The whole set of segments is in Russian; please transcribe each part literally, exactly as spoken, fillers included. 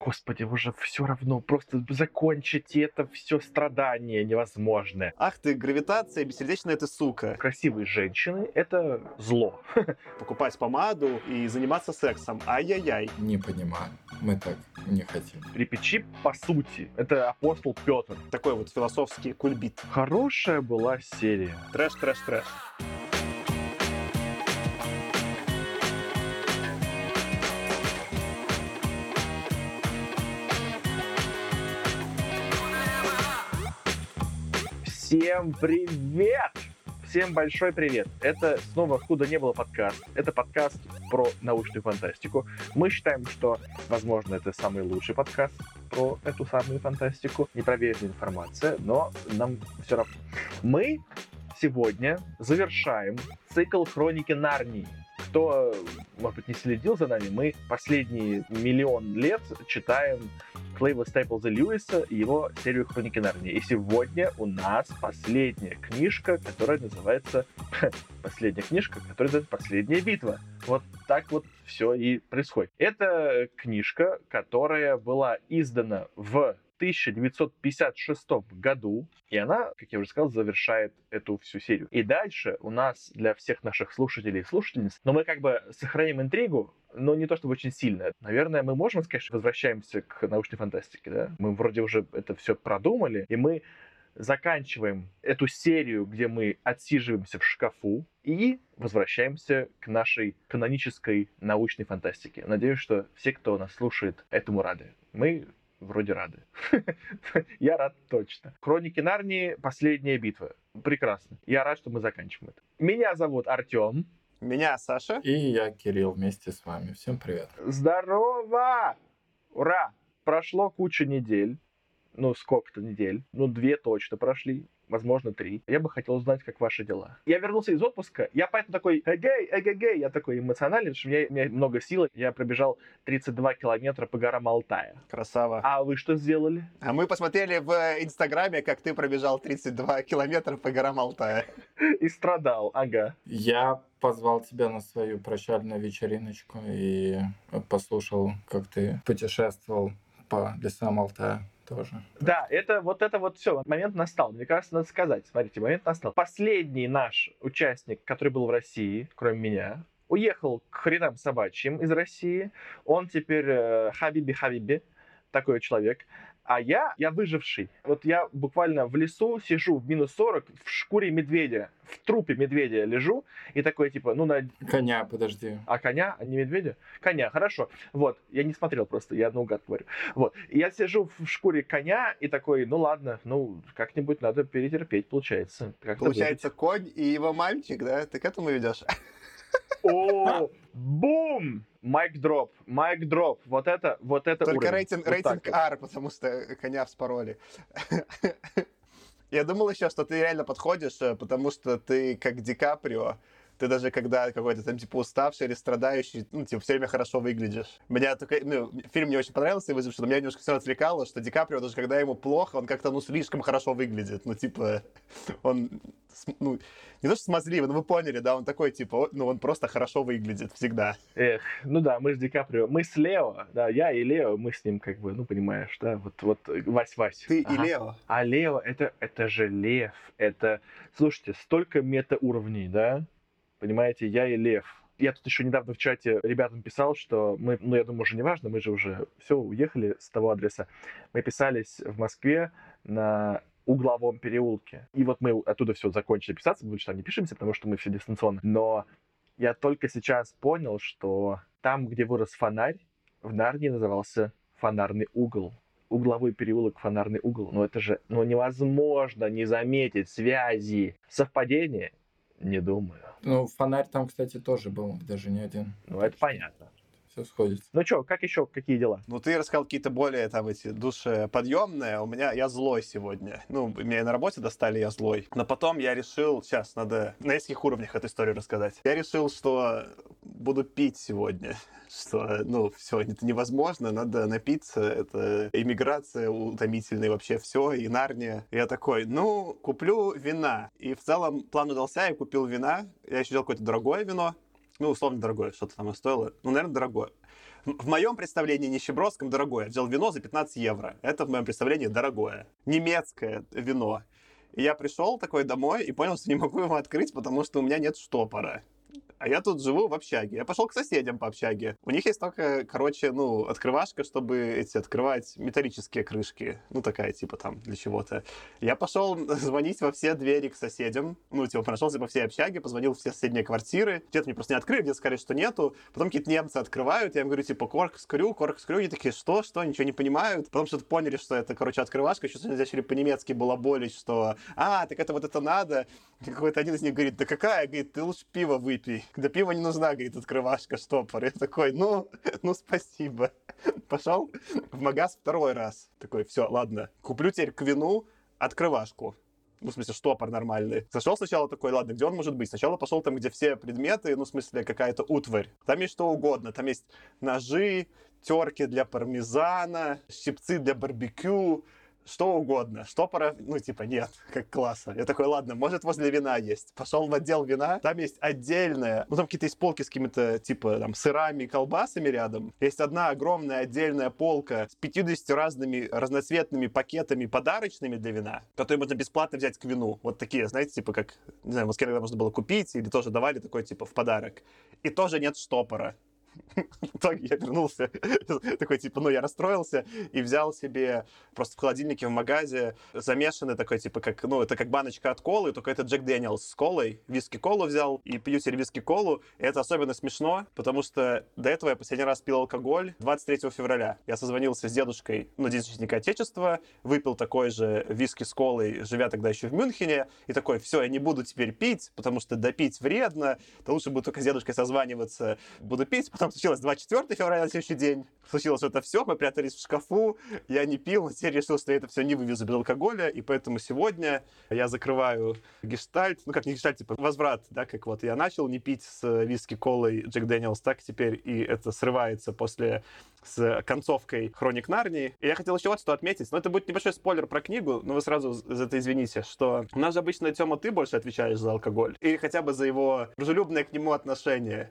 Господи, уже все равно, просто закончите это все страдание невозможное. Ах ты, гравитация, бессердечная ты сука. Красивые женщины — это зло. Покупать помаду и заниматься сексом. Ай-яй-яй. Не понимаю. Мы так не хотим. Репечи, по сути, это апостол Петр. Такой вот философский кульбит. Хорошая была серия. Трэш, трэш, трэш. Всем привет! Всем большой привет! Это снова «Худо не было» подкаст. Это подкаст про научную фантастику. Мы считаем, что, возможно, это самый лучший подкаст про эту самую фантастику. Непроверенная информация, но нам все равно. Мы сегодня завершаем цикл «Хроники Нарнии». Кто, может быть, не следил за нами, мы последние миллион лет читаем Клейва Стейплза Льюиса и его серию «Хроники Нарнии». И сегодня у нас последняя книжка, которая называется... Последняя книжка, которая называется «Последняя битва». Вот так вот все и происходит. Это книжка, которая была издана в тысяча девятьсот пятьдесят шестом году, и она, как я уже сказал, завершает эту всю серию. И дальше у нас для всех наших слушателей и слушательниц, но мы как бы сохраним интригу, но не то чтобы очень сильно. Наверное, мы можем сказать, что возвращаемся к научной фантастике, да? Мы вроде уже это все продумали, и мы заканчиваем эту серию, где мы отсиживаемся в шкафу, и возвращаемся к нашей канонической научной фантастике. Надеюсь, что все, кто нас слушает, этому рады. Мы вроде рады. Я рад точно. «Хроники Нарнии. Последняя битва». Прекрасно. Я рад, что мы заканчиваем это. Меня зовут Артем. Меня Саша. И я Кирилл вместе с вами. Всем привет. Здорово! Ура! Прошло куча недель. Ну, сколько-то недель. Ну, две точно прошли. Возможно, три. Я бы хотел узнать, как ваши дела. Я вернулся из отпуска. Я поэтому такой, эгей, эгегей. Я такой эмоциональный, потому что у меня, у меня много сил. Я пробежал тридцать два километра по горам Алтая. Красава. А вы что сделали? А мы посмотрели в Инстаграме, как ты пробежал тридцать два километра по горам Алтая. И страдал, ага. Я позвал тебя на свою прощальную вечериночку и послушал, как ты путешествовал по лесам Алтая. Тоже. Да, это вот это вот все, момент настал. Мне кажется, надо сказать. Смотрите, момент настал. Последний наш участник, который был в России, кроме меня, уехал к хренам собачьим из России. Он теперь э, Хабиби-Хабиби, такой человек. А я, я выживший. Вот я буквально в лесу сижу в минус сорок в шкуре медведя, в трупе медведя лежу, и такой типа, ну на... Коня, подожди. А коня, а не медведя? Коня, хорошо. Вот, я не смотрел просто, я наугад говорю. Вот, и я сижу в шкуре коня и такой, ну ладно, ну как-нибудь надо перетерпеть, получается. Как-то получается, выжить. Конь и его мальчик, да? Ты к этому ведешь? О, бум! Майк дроп, майк дроп. Вот это, вот это Только уровень. рейтинг, вот рейтинг вот. R, потому что коня вспороли. Я думал еще, что ты реально подходишь, потому что ты как Ди Каприо. Ты даже когда какой-то там типа уставший или страдающий, ну, типа, все время хорошо выглядишь. Меня только, ну, фильм мне очень понравился, и что меня немножко все отвлекало, что Ди Каприо, даже когда ему плохо, он как-то, ну, слишком хорошо выглядит. Ну, типа, он, ну, не то что смазливый, но вы поняли, да, он такой, типа, ну, он просто хорошо выглядит всегда. Эх, ну да, мы с Ди Каприо, мы с Лео, да, я и Лео, мы с ним как бы, ну, понимаешь, да, вот, вот, Вась-Вась. Ты ага. и Лео. А Лео, это, это же лев, это, слушайте, столько метауровней, да? Понимаете, я и лев. Я тут еще недавно в чате ребятам писал, что мы, ну, я думаю, уже не важно, мы же уже все уехали с того адреса. Мы писались в Москве на Угловом переулке. И вот мы оттуда все закончили писаться, мы больше там не пишемся, потому что мы все дистанционно. Но я только сейчас понял, что там, где вырос фонарь, в Нарнии назывался Фонарный угол. Угловой переулок, Фонарный угол. Но это же, ну, невозможно не заметить связи. Совпадение? Не думаю. Ну, фонарь там, кстати, тоже был, даже не один. Ну, это понятно. Все сходится. Ну что, как еще, какие дела? Ну, ты рассказал какие-то более, там, эти, душеподъемные. У меня, я злой сегодня. Ну, меня на работе достали, я злой. Но потом я решил, сейчас надо на нескольких уровнях эту историю рассказать. Я решил, что буду пить сегодня. Что, ну, все, это невозможно, надо напиться. Это иммиграция утомительная, вообще все, и Нарния. Я такой, ну, куплю вина. И в целом план удался, я купил вина. Я еще взял какое-то дорогое вино. Ну, условно дорогое, что-то там стоило. Ну, наверное, дорогое. В моем представлении нищебродском дорогое. Я взял вино за пятнадцать евро. Это в моем представлении дорогое. Немецкое вино. И я пришел такой домой и понял, что не могу его открыть, потому что у меня нет штопора. А я тут живу в общаге. Я пошел к соседям по общаге. У них есть только, короче, ну, открывашка, чтобы эти открывать металлические крышки. Ну, такая, типа, там, для чего-то. Я пошел звонить во все двери к соседям. Ну, типа, прошелся по всей общаге, позвонил в все соседние квартиры. Где-то мне просто не открыли, где-то сказали, что нету. Потом какие-то немцы открывают. Я им говорю, типа, корк-скрю, корк-скрю. Они такие, что, что, ничего не понимают. Потом что-то поняли, что это, короче, открывашка. Что-то начали по-немецки балаболить, что, а, так это вот это надо. И какой-то один из них говорит, да какая? Говорит, ты лучше пиво выпей. До пива не нужна, говорит, открывашка, штопор. Я такой, ну, ну спасибо. Пошел в магаз второй раз. Такой, все, ладно, куплю теперь к вину открывашку. Ну, в смысле, штопор нормальный. Зашел сначала такой, ладно, где он может быть? Сначала пошел там, где все предметы, ну, в смысле, какая-то утварь. Там есть что угодно. Там есть ножи, терки для пармезана, щипцы для барбекю, что угодно. Штопора, ну, типа, нет, как класса. Я такой, ладно, может, возле вина есть. Пошел в отдел вина, там есть отдельная, ну, там какие-то есть полки с какими-то, типа, там, сырами и колбасами рядом. Есть одна огромная отдельная полка с пятьюдесятью разными разноцветными пакетами подарочными для вина, которые можно бесплатно взять к вину. Вот такие, знаете, типа, как, не знаю, в Москве иногда можно было купить, или тоже давали такой, типа, в подарок. И тоже нет штопора. В итоге я вернулся, такой, типа, ну, я расстроился и взял себе просто в холодильнике в магазе замешанный такой, типа, как, ну, это как баночка от колы, только это Джек Дэниелс с колой. Виски-колу взял и пью теперь виски-колу. И это особенно смешно, потому что до этого я последний раз пил алкоголь двадцать третьего февраля. Я созвонился с дедушкой, ну, День защитника Отечества, выпил такой же виски с колой, живя тогда еще в Мюнхене, и такой, все, я не буду теперь пить, потому что допить вредно, то лучше буду только с дедушкой созваниваться, буду пить. Потом случилось двадцать четвёртого февраля, на следующий день. Случилось это все, мы прятались в шкафу, я не пил, но теперь решил, что я это все не вывезу без алкоголя, и поэтому сегодня я закрываю гештальт, ну как не гештальт, типа возврат, да, как вот я начал не пить с виски-колой Джек Дэниелс, так теперь и это срывается после с концовкой «Хроник Нарнии». И я хотел еще вот что отметить, но это будет небольшой спойлер про книгу, но вы сразу за это извините, что у нас же обычно, Тёма, ты больше отвечаешь за алкоголь, или хотя бы за его дружелюбное к нему отношение.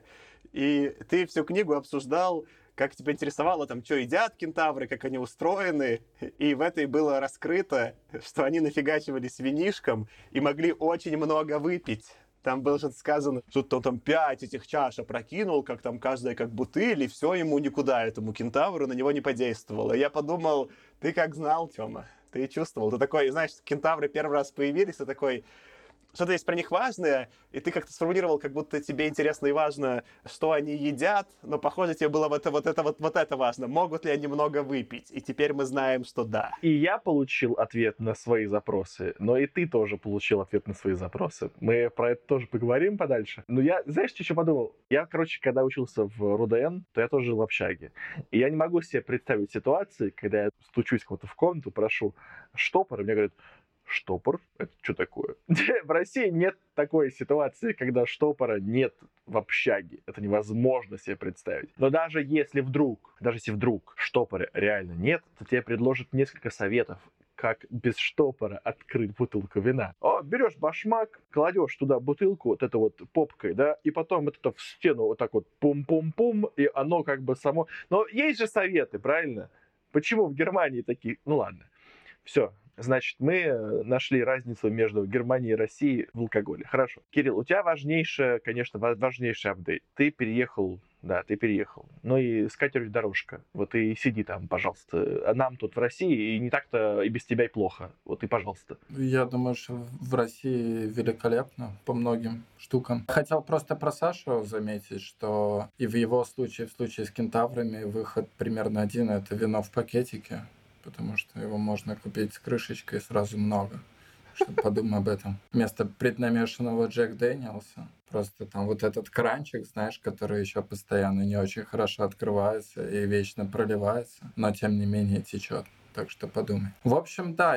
И ты всю книгу обсуждал, как тебя интересовало, там, что едят кентавры, как они устроены. И в этой было раскрыто, что они нафигачивались винишком и могли очень много выпить. Там было что-то сказано, что он там пять этих чаш опрокинул, как там каждая как бутыль, и все ему никуда, этому кентавру, на него не подействовало. И я подумал, ты как знал, Тёма, ты чувствовал. Ты такой, знаешь, кентавры первый раз появились, ты такой... Что-то есть про них важное, и ты как-то сформулировал, как будто тебе интересно и важно, что они едят, но, похоже, тебе было вот это, вот это, вот, вот это важно. Могут ли они много выпить? И теперь мы знаем, что да. И я получил ответ на свои запросы, но и ты тоже получил ответ на свои запросы. Мы про это тоже поговорим подальше. Но я, знаешь, что еще подумал? Я, короче, когда учился в РУДН, то я тоже жил в общаге. И я не могу себе представить ситуации, когда я стучусь кого-то в комнату, прошу штопор, и мне говорят, штопор? Это что такое? В России нет такой ситуации, когда штопора нет в общаге. Это невозможно себе представить. Но даже если вдруг, даже если вдруг штопора реально нет, то тебе предложат несколько советов, как без штопора открыть бутылку вина. О, берешь башмак, кладешь туда бутылку, вот это вот попкой, да, и потом вот это в стену вот так вот пум-пум-пум, и оно как бы само... Но есть же советы, правильно? Почему в Германии такие... Ну ладно. Все. Значит, мы нашли разницу между Германией и Россией в алкоголе. Хорошо. Кирилл, у тебя важнейшее, конечно, важнейший апдейт. Ты переехал, да, ты переехал. Ну и скатерть дорожка. Вот и сиди там, пожалуйста. А нам тут в России и не так-то и без тебя и плохо. Вот и пожалуйста. Я думаю, что в России великолепно по многим штукам. Хотел просто про Сашу заметить, что и в его случае, в случае с кентаврами, выход примерно один — это вино в пакетике. Потому что его можно купить с крышечкой сразу много. Что подумай об этом. Вместо преднамешанного Джек Дэниелса. Просто там вот этот кранчик, знаешь, который еще постоянно не очень хорошо открывается и вечно проливается, но тем не менее течет. Так что подумай. В общем, да,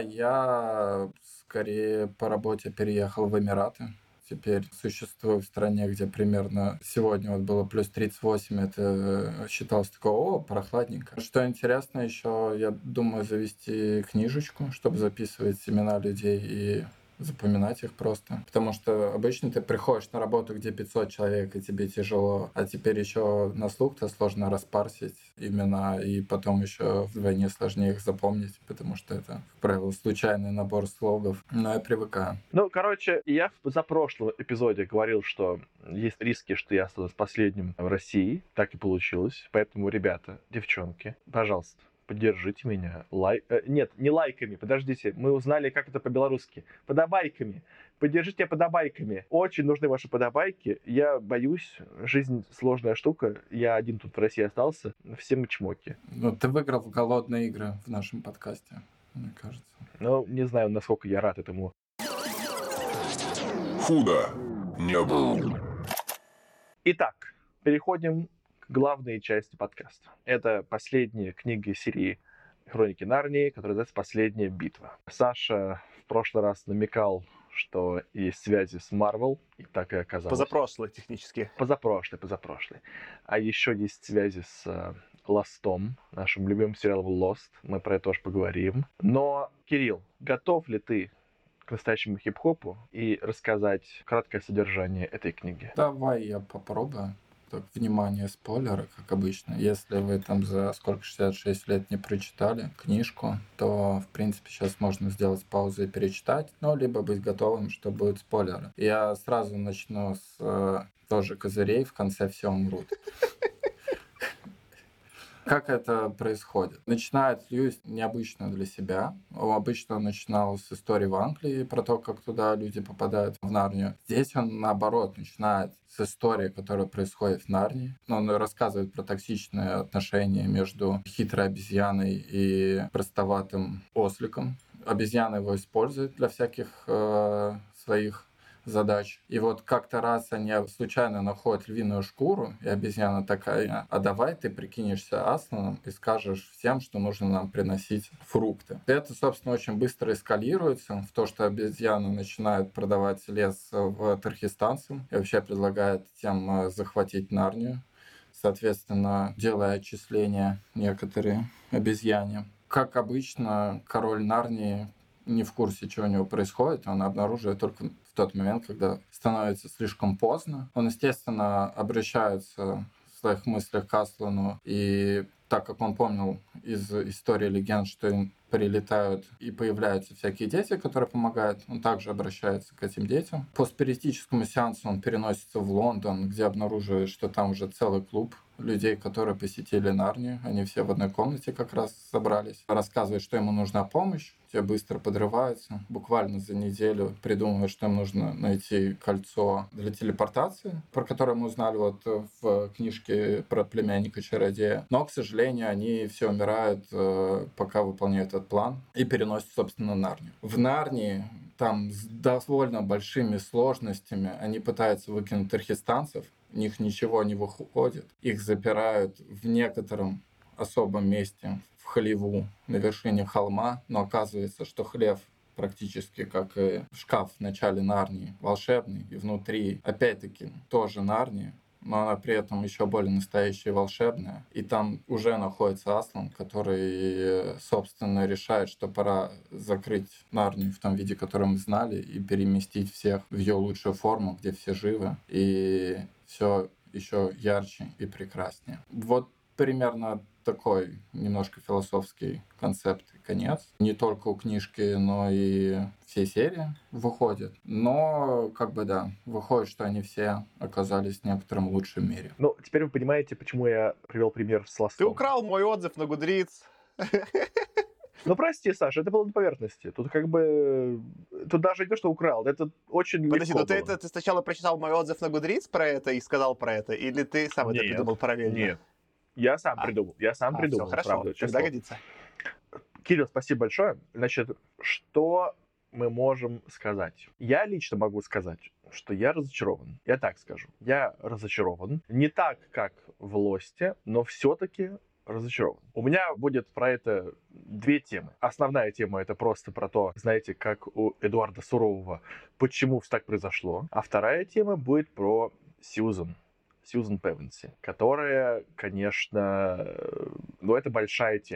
я скорее по работе переехал в Эмираты. Теперь существую в стране, где примерно сегодня вот было плюс тридцать восемь, это считалось такое, о, прохладненько. Что интересно еще, я думаю завести книжечку, чтобы записывать имена людей и запоминать их просто. Потому что обычно ты приходишь на работу, где пятьсот человек, и тебе тяжело, а теперь еще на слух-то сложно распарсить имена, и потом еще вдвойне сложнее их запомнить, потому что это, как правило, случайный набор слогов. Но я привыкаю. Ну, короче, я в позапрошлом эпизоде говорил, что есть риски, что я останусь последним в России. Так и получилось. Поэтому, ребята, девчонки, пожалуйста, поддержите меня. Лай... э, нет, не лайками, подождите. Мы узнали, как это по-белорусски. Подобайками. Поддержите меня подобайками. Очень нужны ваши подобайки. Я боюсь, жизнь сложная штука. Я один тут в России остался. Всем чмоки. Ну, ты выиграл в голодные игры в нашем подкасте, мне кажется. Ну, не знаю, насколько я рад этому. Худо не было. Итак, переходим к главной части подкаста. Это последняя книга серии «Хроники Нарнии», которая называется «Последняя битва». Саша в прошлый раз намекал, что есть связи с Marvel, и так и оказалось. Позапрошлый технически. Позапрошлый, позапрошлый. А еще есть связи с Лостом, нашим любимым сериалом Lost. Мы про это тоже поговорим. Но, Кирилл, готов ли ты к настоящему хип-хопу и рассказать краткое содержание этой книги? Давай я попробую. Так, внимание, спойлеры, как обычно. Если вы там за сколько, шестьдесят шесть лет не прочитали книжку, то, в принципе, сейчас можно сделать паузу и перечитать, ну, либо быть готовым, что будут спойлеры. Я сразу начну с э, тоже козырей, в конце все умрут. Как это происходит? Начинает Льюис необычно для себя. Обычно он начинал с истории в Англии, про то, как туда люди попадают в Нарнию. Здесь он, наоборот, начинает с истории, которая происходит в Нарнии. Он рассказывает про токсичные отношения между хитрой обезьяной и простоватым осликом. Обезьяна его использует для всяких э, своих задач. И вот как-то раз они случайно находят львиную шкуру, и обезьяна такая: а давай ты прикинешься Асланом и скажешь всем, что нужно нам приносить фрукты. Это, собственно, очень быстро эскалируется в то, что обезьяна начинает продавать лес в тархистанцам и вообще предлагает тем захватить Нарнию, соответственно, делая отчисления некоторые обезьяне. Как обычно, король Нарнии не в курсе, что у него происходит, он обнаруживает только в тот момент, когда становится слишком поздно. Он, естественно, обращается в своих мыслях к Аслану, и так как он помнил из истории легенд, что им прилетают и появляются всякие дети, которые помогают, он также обращается к этим детям. По спиритическому сеансу он переносится в Лондон, где обнаруживает, что там уже целый клуб людей, которые посетили Нарнию. Они все в одной комнате как раз собрались. Рассказывает, что ему нужна помощь. Те быстро подрываются. Буквально за неделю придумывают, что им нужно найти кольцо для телепортации, про которое мы узнали вот в книжке про племянника-чародея. Но, к сожалению, они все умирают, пока выполняют этот план, и переносят, собственно, Нарнию. В Нарнии там с довольно большими сложностями они пытаются выкинуть тархистанцев, у них ничего не выходит. Их запирают в некотором особом месте, в хлеву, на вершине холма, но оказывается, что хлев практически как и шкаф в начале Нарнии, волшебный, и внутри, опять-таки, тоже Нарния, но она при этом еще более настоящая и волшебная. И там уже находится Аслан, который, собственно, решает, что пора закрыть Нарнию в том виде, который мы знали, и переместить всех в ее лучшую форму, где все живы, и все еще ярче и прекраснее. Вот примерно такой немножко философский концепт и конец. Не только у книжки, но и всей серии выходит. Но, как бы, да, выходит, что они все оказались в некотором лучшем мире. Ну, теперь вы понимаете, почему я привел пример с Лостом. Ты украл мой отзыв на Goodreads. Ну, прости, Саша, это было на поверхности. Тут как бы... Тут даже не то, что украл. Это очень Подожди, легко ну ты, было. это, ты сначала прочитал мой отзыв на Goodreads про это и сказал про это? Или ты сам Нет, это придумал параллельно? Нет. Я сам А. придумал. Я сам А, придумал, все, хорошо, правда. тогда честно. годится. Кирилл, спасибо большое. Значит, что мы можем сказать? Я лично могу сказать, что я разочарован. Я так скажу. Я разочарован. Не так, как в Лосте, но все-таки разочарован. У меня будет про это две темы. Основная тема — это просто про то, знаете, как у Эдуарда Сурового, почему все так произошло. А вторая тема будет про Сьюзан. Сьюзан Певенси, которая, конечно, ну, это большая тема.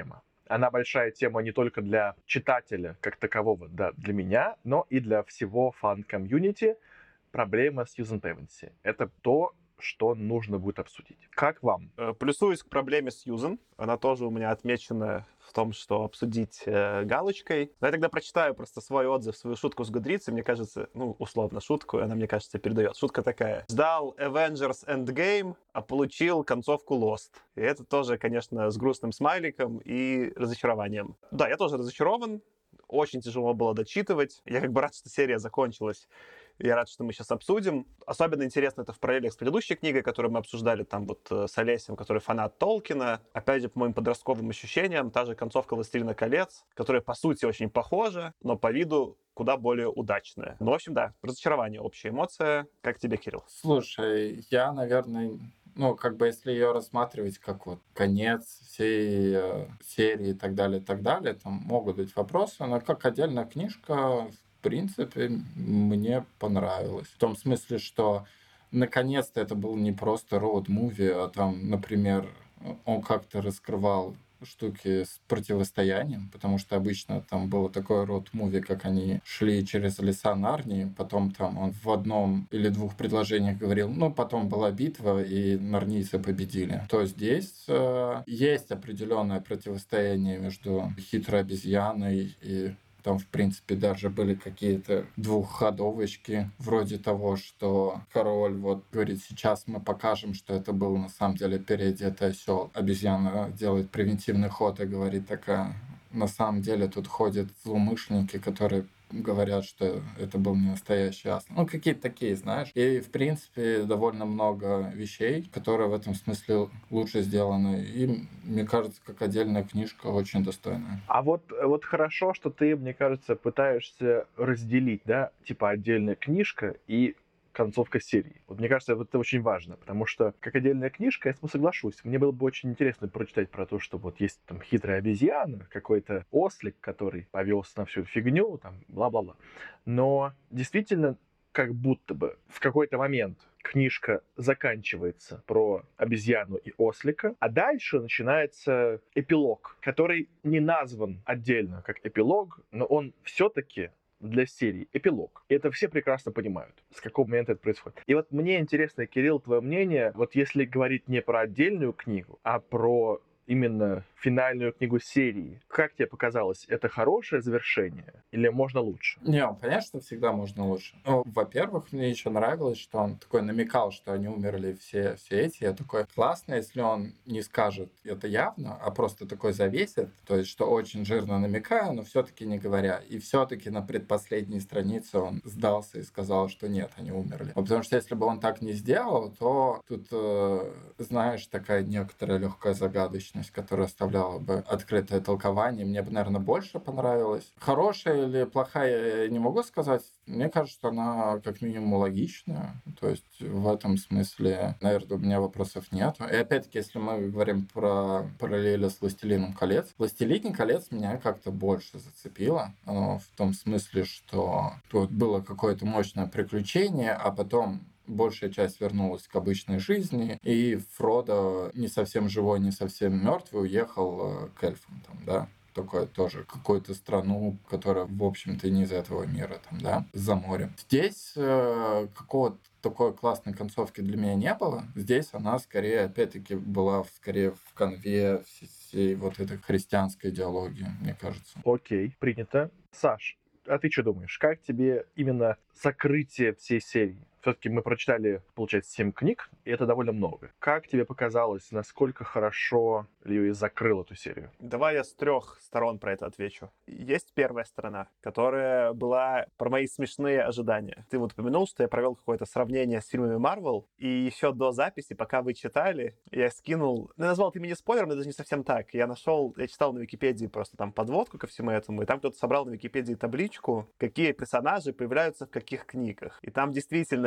Она большая тема не только для читателя как такового, да, для меня, но и для всего фан-комьюнити. Проблема Сьюзен Певенси. Это то, что нужно будет обсудить. Как вам? Плюсуюсь к проблеме Сьюзен. Она тоже у меня отмечена в том, что обсудить э, галочкой. Но я тогда прочитаю просто свой отзыв, свою шутку с Goodreads. Мне кажется, ну, условно шутку, она, мне кажется, передает. Шутка такая. Ждал Avengers Endgame, а получил концовку Lost. И это тоже, конечно, с грустным смайликом и разочарованием. Да, я тоже разочарован. Очень тяжело было дочитывать. Я как бы рад, что серия закончилась. Я рад, что мы сейчас обсудим. Особенно интересно это в параллелях с предыдущей книгой, которую мы обсуждали там вот с Олесем, который фанат Толкина. Опять же, по моим подростковым ощущениям, та же концовка «Властелина колец», которая, по сути, очень похожа, но по виду куда более удачная. Ну, в общем, да, разочарование, общая эмоция. Как тебе, Кирилл? Слушай, я, наверное... Ну, как бы, если ее рассматривать как вот конец всей э, серии и так далее, и так далее, там могут быть вопросы, но как отдельная книжка, в принципе, мне понравилось. В том смысле, что наконец-то это был не просто роуд-муви, а там, например, он как-то раскрывал штуки с противостоянием, потому что обычно там было такое роуд-муви, как они шли через леса Нарнии, потом там он в одном или двух предложениях говорил, ну, потом была битва, и нарнийцы победили. То здесь э, есть определенное противостояние между хитрой обезьяной и там, в принципе, даже были какие-то двухходовочки, вроде того, что король вот говорит, сейчас мы покажем, что это был на самом деле переодетый осел. Обезьяна делает превентивный ход и говорит такая, на самом деле тут ходят злоумышленники, которые говорят, что это был не настоящий ас. Ну, какие-то такие, знаешь. И, в принципе, довольно много вещей, которые в этом смысле лучше сделаны. И, мне кажется, как отдельная книжка очень достойная. А вот, вот хорошо, что ты, мне кажется, пытаешься разделить, да, типа отдельная книжка и концовка серии. Вот мне кажется, вот это очень важно, потому что как отдельная книжка, я с тобой соглашусь. Мне было бы очень интересно прочитать про то, что вот есть там хитрая обезьяна, какой-то ослик, который повелся на всю фигню, там, бла-бла-бла. Но действительно, как будто бы в какой-то момент книжка заканчивается про обезьяну и ослика, а дальше начинается эпилог, который не назван отдельно как эпилог, но он все-таки для серии эпилог. И это все прекрасно понимают, с какого момента это происходит. И вот мне интересно, Кирилл, твое мнение, вот если говорить не про отдельную книгу, а про именно финальную книгу серии. Как тебе показалось, это хорошее завершение или можно лучше? Не, конечно, всегда можно лучше. Ну, во-первых, мне еще нравилось, что он такой намекал, что они умерли все, все эти. Я такой, классно, если он не скажет это явно, а просто такой завесит, то есть, что очень жирно намекая, но все-таки не говоря. И все-таки на предпоследней странице он сдался и сказал, что нет, они умерли. Потому что если бы он так не сделал, то тут, э, знаешь, такая некоторая легкая загадочность, которая оставляла бы открытое толкование. Мне бы, наверное, больше понравилось. Хорошая или плохая, я не могу сказать. Мне кажется, что она как минимум логичная. То есть в этом смысле, наверное, у меня вопросов нет. И опять-таки, если мы говорим про параллели с «Властелином колец», «Властелин колец» меня как-то больше зацепило. Оно в том смысле, что тут было какое-то мощное приключение, а потом большая часть вернулась к обычной жизни, и Фродо не совсем живой, не совсем мертвый уехал к эльфам, там, да, такое тоже какую-то страну, которая, в общем-то, не из этого мира, там, да, за морем. Здесь э, какого-то такой классной концовки для меня не было. Здесь она скорее, опять-таки, была скорее в конве всей вот этой христианской идеологии, мне кажется. Окей, принято. Саш, а ты что думаешь? Как тебе именно сокрытие всей серии? Все-таки мы прочитали, получается, семь книг, и это довольно много. Как тебе показалось, насколько хорошо Льюис закрыл эту серию? Давай я с трех сторон про это отвечу. Есть первая сторона, которая была про мои смешные ожидания. Ты вот упомянул, что я провел какое-то сравнение с фильмами Marvel, и еще до записи, пока вы читали, я скинул... Я назвал это мини-спойлером, но даже не совсем так. Я нашел, я читал на Википедии просто там подводку ко всему этому, и там кто-то собрал на Википедии табличку, какие персонажи появляются в каких книгах. И там действительно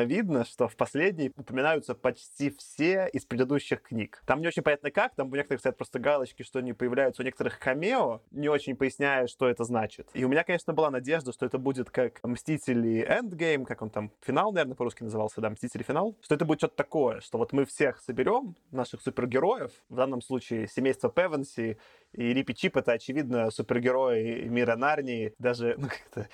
видно, что в последней упоминаются почти все из предыдущих книг. Там не очень понятно как, там у некоторых стоят просто галочки, что они появляются, у некоторых камео, не очень поясняя, что это значит. И у меня, конечно, была надежда, что это будет как «Мстители Endgame», как он там, финал, наверное, по-русски назывался, да, «Мстители финал», что это будет что-то такое, что вот мы всех соберем, наших супергероев, в данном случае семейство Певенси, и Рипи Чип — это, очевидно, супергерои мира Нарнии, даже, ну, как-то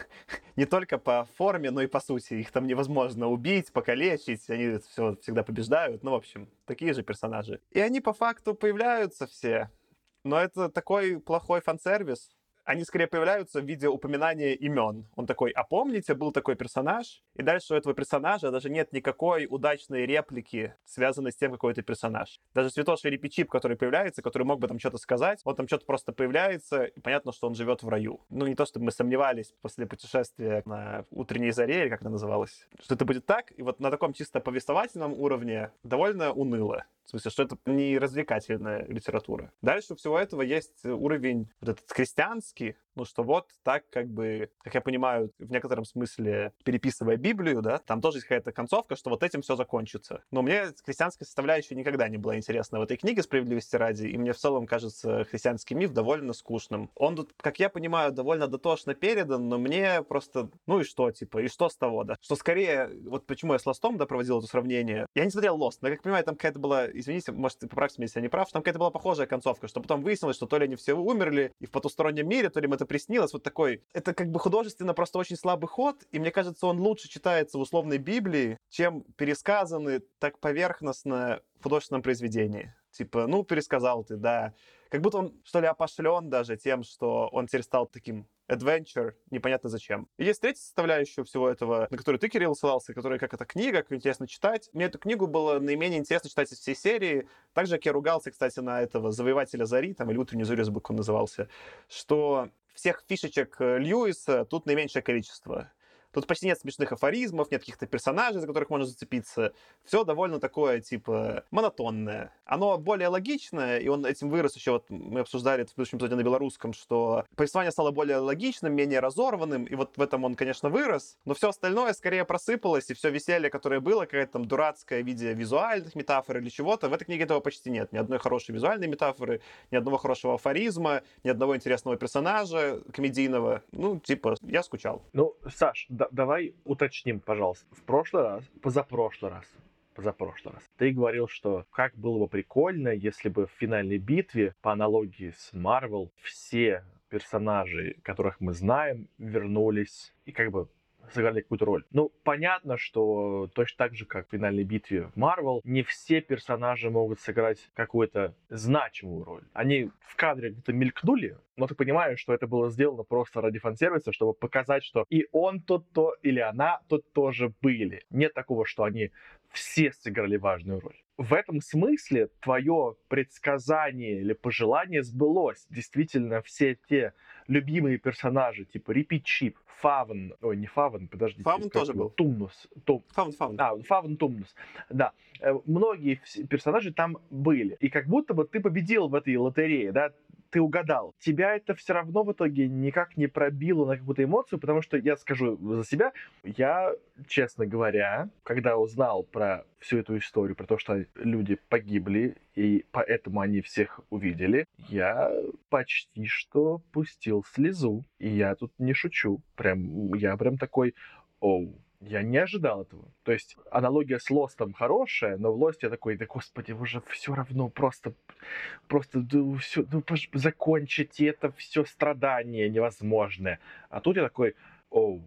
не только по форме, но и по сути. Их там невозможно убить, покалечить, они все всегда побеждают. Ну, в общем, такие же персонажи. И они по факту появляются все, но это такой плохой фан-сервис. Они скорее появляются в виде упоминания имен. Он такой: а помните, был такой персонаж? И дальше у этого персонажа даже нет никакой удачной реплики, связанной с тем, какой это персонаж. Даже святоша Рипи Чип, который появляется, который мог бы там что-то сказать, он там что-то просто появляется, и понятно, что он живет в раю. Ну, не то, чтобы мы сомневались после путешествия на утренней заре, или как это называлось, что это будет так. И вот на таком чисто повествовательном уровне довольно уныло. В смысле, что это не развлекательная литература. Дальше у всего этого есть уровень вот этот христианский, ну что вот так как бы, как я понимаю, в некотором смысле переписывая Библию, да, там тоже есть какая-то концовка, что вот этим все закончится. Но мне христианская составляющая никогда не была интересна в этой книге, справедливости ради, и мне в целом кажется христианский миф довольно скучным. Он тут, как я понимаю, довольно дотошно передан, но мне просто, ну и что, типа, и что с того, да? Что скорее, вот почему я с Лостом, да, проводил это сравнение. Я не смотрел Лост, но, как понимаю, там какая-то была, извините, может, поправьте меня, если я не прав, что там какая-то была похожая концовка, что потом выяснилось, что то ли они все умерли, и в потустороннем мире, то ли им это приснилось, вот такой. Это как бы художественно просто очень слабый ход, и мне кажется, он лучше читается в условной Библии, чем пересказанный так поверхностно в художественном произведении. Типа, ну, пересказал ты, да. Как будто он, что ли, опошлен даже тем, что он теперь стал таким adventure, непонятно зачем. И есть третья составляющая всего этого, на которую ты, Кирилл, ссылался, которая как эта книга, как интересно читать. Мне эту книгу было наименее интересно читать из всей серии. Так же, как я ругался, кстати, на этого Завоевателя Зари, там, или Утренний Зорю, как он назывался, что всех фишечек Льюиса тут наименьшее количество. Тут почти нет смешных афоризмов, нет каких-то персонажей, за которых можно зацепиться. Все довольно такое, типа, монотонное. Оно более логичное, и он этим вырос еще, вот мы обсуждали это в предыдущем эпизоде на белорусском, что повествование стало более логичным, менее разорванным, и вот в этом он, конечно, вырос, но все остальное скорее просыпалось, и все веселье, которое было, какая-то там дурацкая в виде визуальных метафор или чего-то, в этой книге этого почти нет. Ни одной хорошей визуальной метафоры, ни одного хорошего афоризма, ни одного интересного персонажа комедийного. Ну, типа, я скучал. Ну, Саш, да, давай уточним, пожалуйста. В прошлый раз, позапрошлый раз, позапрошлый раз, ты говорил, что как было бы прикольно, если бы в финальной битве, по аналогии с Marvel, все персонажи, которых мы знаем, вернулись и как бы сыграли какую-то роль. Ну, понятно, что точно так же, как в финальной битве в Marvel, не все персонажи могут сыграть какую-то значимую роль. Они в кадре где-то мелькнули, но ты понимаешь, что это было сделано просто ради фан-сервиса, чтобы показать, что и он тут то, или она тут тоже были. Нет такого, что они все сыграли важную роль. В этом смысле твое предсказание или пожелание сбылось. Действительно, все те любимые персонажи, типа Рипи Чип, Фавн, ой, не Фавн, подождите. Фавн тоже был. Тумнус. Тум... Фавн, Фавн. А, Фавн Тумнус. Да. Многие персонажи там были. И как будто бы ты победил в этой лотерее, да, ты угадал. Тебя это все равно в итоге никак не пробило на какую-то эмоцию, потому что, я скажу за себя, я, честно говоря, когда узнал про всю эту историю, про то, что люди погибли, и поэтому они всех увидели, я почти что пустил слезу. И я тут не шучу. Прям, я прям такой, оу. Я не ожидал этого. То есть аналогия с Лостом хорошая, но в Лосте я такой, да господи, уже все равно просто, просто да, все, ну, закончите это все страдание невозможное. А тут я такой, оу,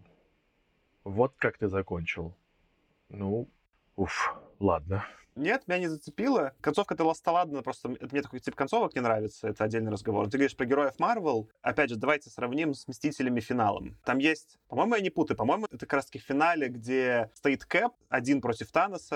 вот как ты закончил. Ну, уф, ладно. Нет, меня не зацепило. Концовка-то Лоста, ладно, просто мне такой тип концовок не нравится, это отдельный разговор. Ты говоришь про героев Марвел, опять же, давайте сравним с Мстителями финалом. Там есть, по-моему, я не путаю, по-моему, это как раз-таки в финале, где стоит Кэп один против Таноса,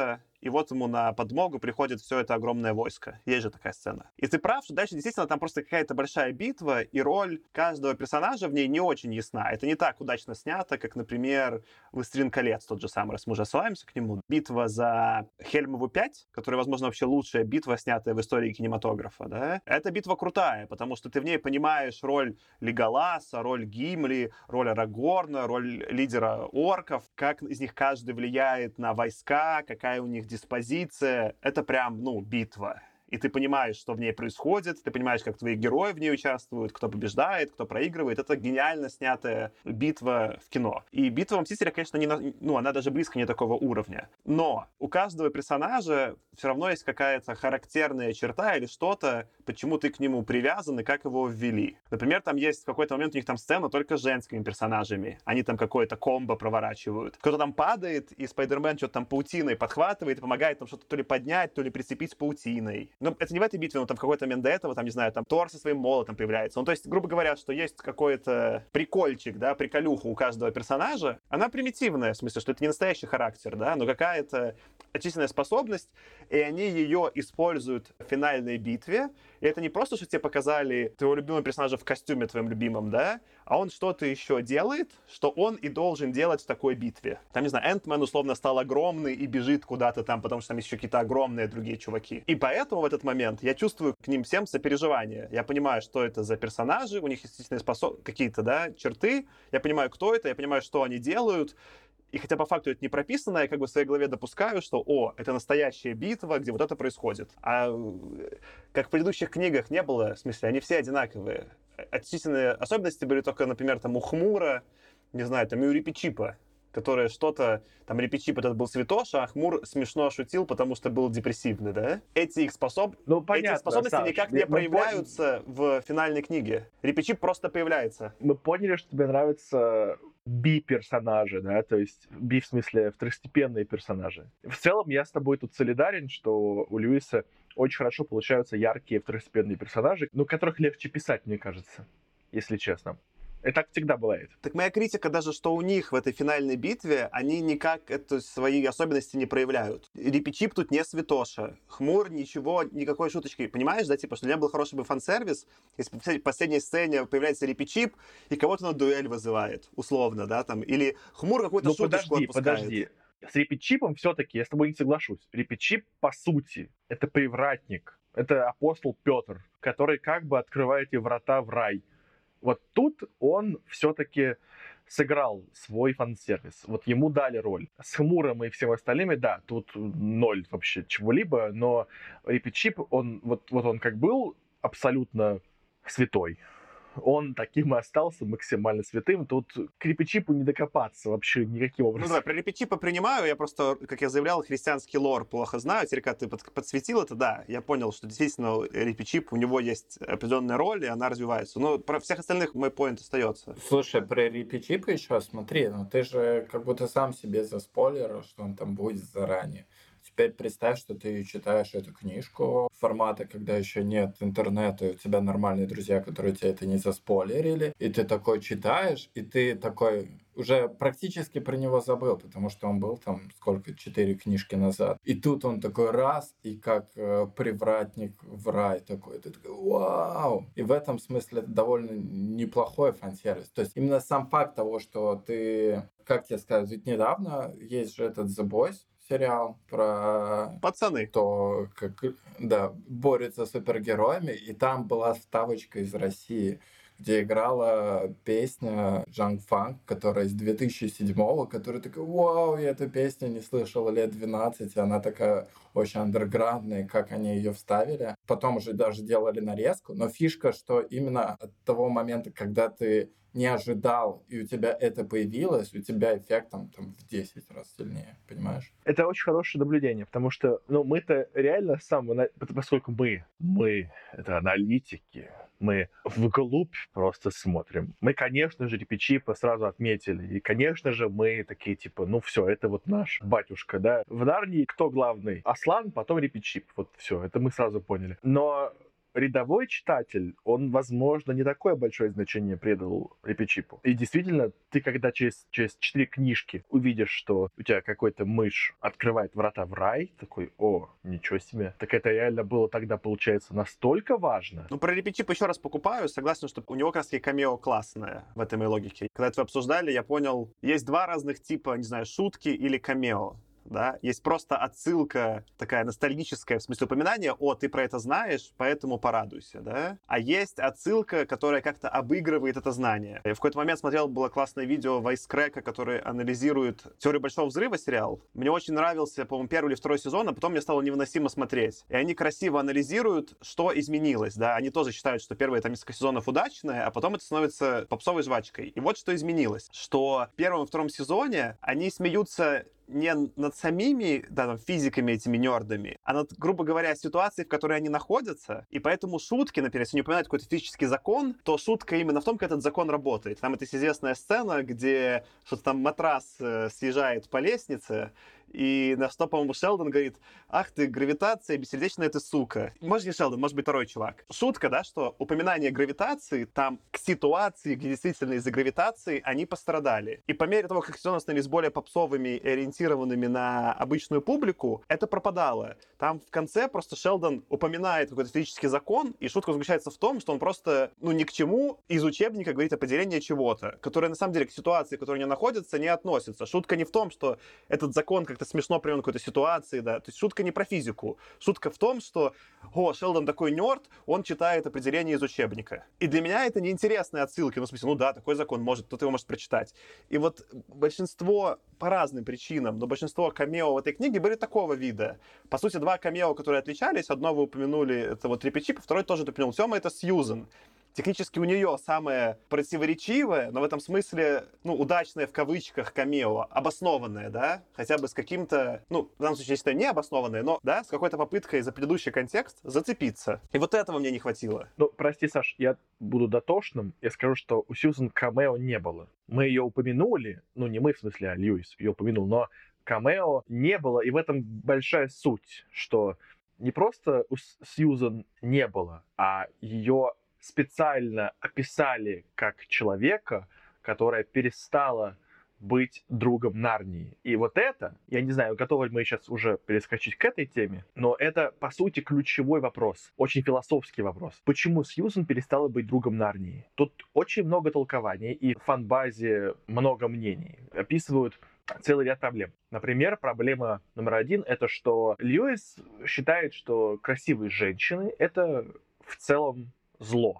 и вот ему на подмогу приходит все это огромное войско. Есть же такая сцена. И ты прав, что дальше действительно там просто какая-то большая битва, и роль каждого персонажа в ней не очень ясна. Это не так удачно снято, как, например, «Властелин колец», тот же самый, раз мы уже ссылаемся к нему. Битва за Хельмову пять, которая, возможно, вообще лучшая битва, снятая в истории кинематографа, да? Эта битва крутая, потому что ты в ней понимаешь роль Леголаса, роль Гимли, роль Арагорна, роль лидера орков, как из них каждый влияет на войска, какая у них диспозиция. Это прям, ну, битва. И ты понимаешь, что в ней происходит, ты понимаешь, как твои герои в ней участвуют, кто побеждает, кто проигрывает. Это гениально снятая битва в кино. И битва в «Мстителях», конечно, не на... ну, она даже близко не такого уровня. Но у каждого персонажа все равно есть какая-то характерная черта или что-то, почему ты к нему привязан и как его ввели. Например, там есть в какой-то момент у них там сцена только с женскими персонажами. Они там какое-то комбо проворачивают. Кто-то там падает, и Спайдермен что-то там паутиной подхватывает и помогает там что-то то ли поднять, то ли прицепить паутиной. Ну, это не в этой битве, но там в какой-то момент до этого, там, не знаю, там Тор со своим молотом появляется. Ну, то есть, грубо говоря, что есть какой-то прикольчик, да, приколюха у каждого персонажа. Она примитивная, в смысле, что это не настоящий характер, да, но какая-то очистительная способность, и они ее используют в финальной битве. И это не просто, что тебе показали твоего любимого персонажа в костюме твоем любимом, да, а он что-то еще делает, что он и должен делать в такой битве. Там, не знаю, Энтмен условно стал огромный и бежит куда-то там, потому что там есть еще какие-то огромные другие чуваки. И поэтому в этот момент я чувствую к ним всем сопереживание. Я понимаю, что это за персонажи, у них есть естественные способ... какие-то, да, черты. Я понимаю, кто это, я понимаю, что они делают. И хотя по факту это не прописано, я как бы в своей голове допускаю, что, о, это настоящая битва, где вот это происходит. А как в предыдущих книгах не было, в смысле, они все одинаковые. Отличительные особенности были только, например, там у Хмура, не знаю, там и у Рипичипа, которое что-то, там Рипичип этот был святоша, а Хмур смешно шутил, потому что был депрессивный, да? Эти их, способ... ну, понятно, Эти способности Саш, никак не мы проявляются пон... в финальной книге. Рипичип просто появляется. Мы поняли, что тебе нравятся би-персонажи, да, то есть би в смысле второстепенные персонажи. В целом я с тобой тут солидарен, что у Льюиса очень хорошо получаются яркие второстепенные персонажи, но которых легче писать, мне кажется, если честно. И так всегда бывает. Так моя критика даже, что у них в этой финальной битве, они никак это, свои особенности не проявляют. Рипичип тут не святоша. Хмур ничего, никакой шуточки. Понимаешь, да, типа, что для меня был хороший бы фан-сервис, если в последней сцене появляется Рипичип и кого-то на дуэль вызывает, условно, да, там, или Хмур какую-то ну, шуточку подожди, отпускает. подожди. С Рипичипом все-таки я с тобой не соглашусь. Рипичип, по сути, это привратник. Это апостол Петр, который как бы открывает ей врата в рай. Вот тут он все-таки сыграл свой фан-сервис. Вот ему дали роль. С Хмуром и всем остальными, да, тут ноль вообще чего-либо, но Рипичип, он, вот, вот он как был абсолютно святой, он таким и остался максимально святым. Тут к Рипичипу не докопаться вообще никаким образом. Ну да, про Рипичипа принимаю. Я просто, как я заявлял, христианский лор плохо знаю. Теперь, когда ты под, подсветил это, да, я понял, что действительно Рипичип, у него есть определенная роль, и она развивается. Но про всех остальных мой поинт остается. Слушай, про Рипичипа еще смотри, ну ты же как будто сам себе заспойлерил, что он там будет заранее. Теперь представь, что ты читаешь эту книжку формата, когда еще нет интернета, и у тебя нормальные друзья, которые тебе это не заспойлерили, и ты такой читаешь, и ты такой уже практически про него забыл, потому что он был там сколько, четыре книжки назад. И тут он такой раз, и как э, привратник в рай такой, ты такой, вау! И в этом смысле это довольно неплохой фан-сервис. То есть именно сам факт того, что ты, как тебе сказать, ведь недавно есть же этот The Boys, сериал про пацаны, то, как, да, борются с супергероями, и там была вставочка из России, где играла песня Junk Funk, которая из две тысячи седьмого, которая такая, вау, я эту песню не слышала лет двенадцать, и она такая очень андерграундная, как они ее вставили. Потом уже даже делали нарезку, но фишка, что именно от того момента, когда ты не ожидал, и у тебя это появилось, у тебя эффект там, там в десять раз сильнее, понимаешь? Это очень хорошее наблюдение, потому что, ну, мы-то реально с самого, поскольку мы, мы, это аналитики, мы вглубь просто смотрим. Мы, конечно же, Рипичипа сразу отметили, и, конечно же, мы такие, типа, ну, все, это вот наш батюшка, да. В Нарнии кто главный? Аслан, потом Рипичип, вот все, это мы сразу поняли. Но рядовой читатель, он, возможно, не такое большое значение придал Репичипу. И действительно, ты когда через, через четыре книжки увидишь, что у тебя какой-то мышь открывает врата в рай, такой, о, ничего себе. Так это реально было тогда, получается, настолько важно. Ну, про Репичип еще раз покупаю. Согласен, что у него как раз таки камео классное в этой моей логике. Когда это вы обсуждали, я понял, есть два разных типа, не знаю, шутки или камео. Да? Есть просто отсылка такая ностальгическая, в смысле упоминания, о, ты про это знаешь, поэтому порадуйся, да? А есть отсылка, которая как-то обыгрывает это знание. Я в какой-то момент смотрел, было классное видео Вайскрека, который анализирует «Теорию большого взрыва» сериал. Мне очень нравился, по-моему, первый или второй сезон, а потом мне стало невыносимо смотреть. И они красиво анализируют, что изменилось, да? Они тоже считают, что первые там несколько сезонов удачные, а потом это становится попсовой жвачкой. И вот что изменилось, что в первом и втором сезоне они смеются не над самими, да, там, физиками этими нердами, а над, грубо говоря, ситуацией, в которой они находятся. И поэтому шутки, например, если они упоминают какой-то физический закон, то шутка именно в том, как этот закон работает. Там это есть известная сцена, где что-то там матрас э, съезжает по лестнице, и на что, по-моему, Шелдон говорит: ах ты, гравитация, бессердечная ты сука. Может, не Шелдон, может быть, второй чувак. Шутка, да, что упоминание гравитации, там, к ситуации, где действительно из-за гравитации они пострадали. И по мере того, как сезоны становились более попсовыми и ориентированными на обычную публику, это пропадало. Там в конце просто Шелдон упоминает какой-то физический закон, и шутка заключается в том, что он просто, ну, ни к чему из учебника говорит определение чего-то, которое, на самом деле, к ситуации, в которой они находятся, не относится. Шутка не в том, что этот закон как-то смешно привел к какой-то ситуации, да. То есть шутка не про физику. Шутка в том, что, о, Шелдон такой нерд, он читает определение из учебника. И для меня это неинтересные отсылки. Ну, в смысле, ну да, такой закон может, кто-то его может прочитать. И вот большинство, по разным причинам, но большинство камео в этой книге были такого вида. По сути, два камео, которые отличались. Одно вы упомянули, это вот Репичип, второй тоже упомянул. Тёма — это Сьюзен. Технически у нее самое противоречивое, но в этом смысле, ну, удачное в кавычках камео, обоснованное, да, хотя бы с каким-то, ну, в данном случае, если это не обоснованное, но, да, с какой-то попыткой за предыдущий контекст зацепиться. И вот этого мне не хватило. Ну, прости, Саш, я буду дотошным, я скажу, что у Сьюзен камео не было. Мы ее упомянули, ну, не мы, в смысле, а Льюис ее упомянул, но камео не было, и в этом большая суть, что не просто у Сьюзен не было, а ее специально описали как человека, которая перестала быть другом Нарнии. И вот это, я не знаю, готовы ли мы сейчас уже перескочить к этой теме, но это, по сути, ключевой вопрос, очень философский вопрос. Почему Сьюзен перестала быть другом Нарнии? Тут очень много толкований, и в фанбазе много мнений. Описывают целый ряд проблем. Например, проблема номер один — это что Льюис считает, что красивые женщины — это в целом зло.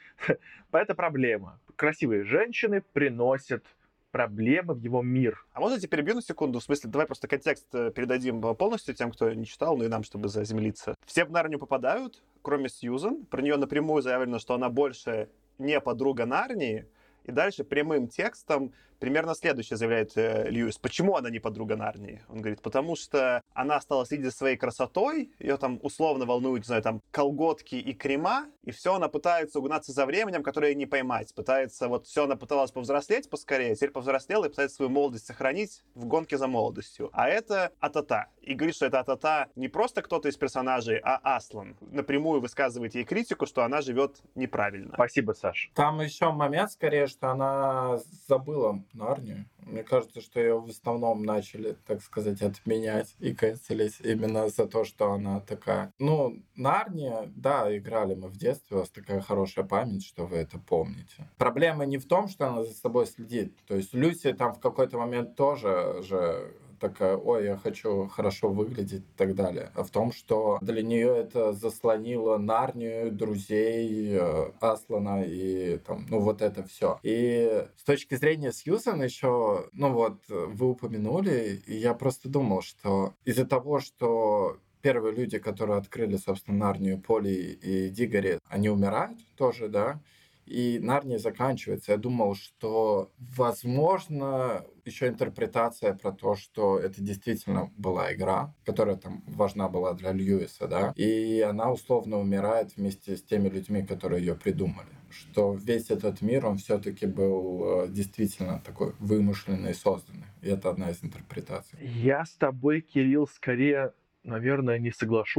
Это проблема. Красивые женщины приносят проблемы в его мир. А можно я тебя перебью на секунду? В смысле, давай просто контекст передадим полностью тем, кто не читал, ну и нам, чтобы заземлиться. Все в Нарнию попадают, кроме Сьюзен. Про нее напрямую заявлено, что она больше не подруга Нарнии. И дальше прямым текстом примерно следующее заявляет э, Льюис. Почему она не подруга Нарнии? Он говорит, потому что она стала следить за своей красотой, ее там условно волнуют, не знаю, там колготки и крема, и все она пытается угнаться за временем, которое не поймать. Пытается, вот все она пыталась повзрослеть поскорее, теперь повзрослела и пытается свою молодость сохранить в гонке за молодостью. А это Атата. И говорит, что это Атата не просто кто-то из персонажей, а Аслан. Напрямую высказывает ей критику, что она живет неправильно. Спасибо, Саш. Там еще момент, скорее, что она забыла Нарнию. Мне кажется, что ее в основном начали, так сказать, отменять и канцелить именно за то, что она такая. Ну, Нарния, да, играли мы в детстве, у вас такая хорошая память, что вы это помните. Проблема не в том, что она за собой следит. То есть Люси там в какой-то момент тоже же такая, ой, я хочу хорошо выглядеть и так далее. А в том, что для нее это заслонило Нарнию, друзей, Аслана и там, ну вот это все. И с точки зрения Сьюзен еще, ну вот, вы упомянули, и я просто думал, что из-за того, что первые люди, которые открыли, собственно, Нарнию, Поли и Дигори, они умирают тоже, да, и Нарния заканчивается. Я думал, что, возможно, еще интерпретация про то, что это действительно была игра, которая там важна была для Льюиса, да, и она условно умирает вместе с теми людьми, которые ее придумали. Что весь этот мир, он все-таки был действительно такой вымышленный и созданный. И это одна из интерпретаций. Я с тобой, Кирилл, скорее, наверное, не соглашусь,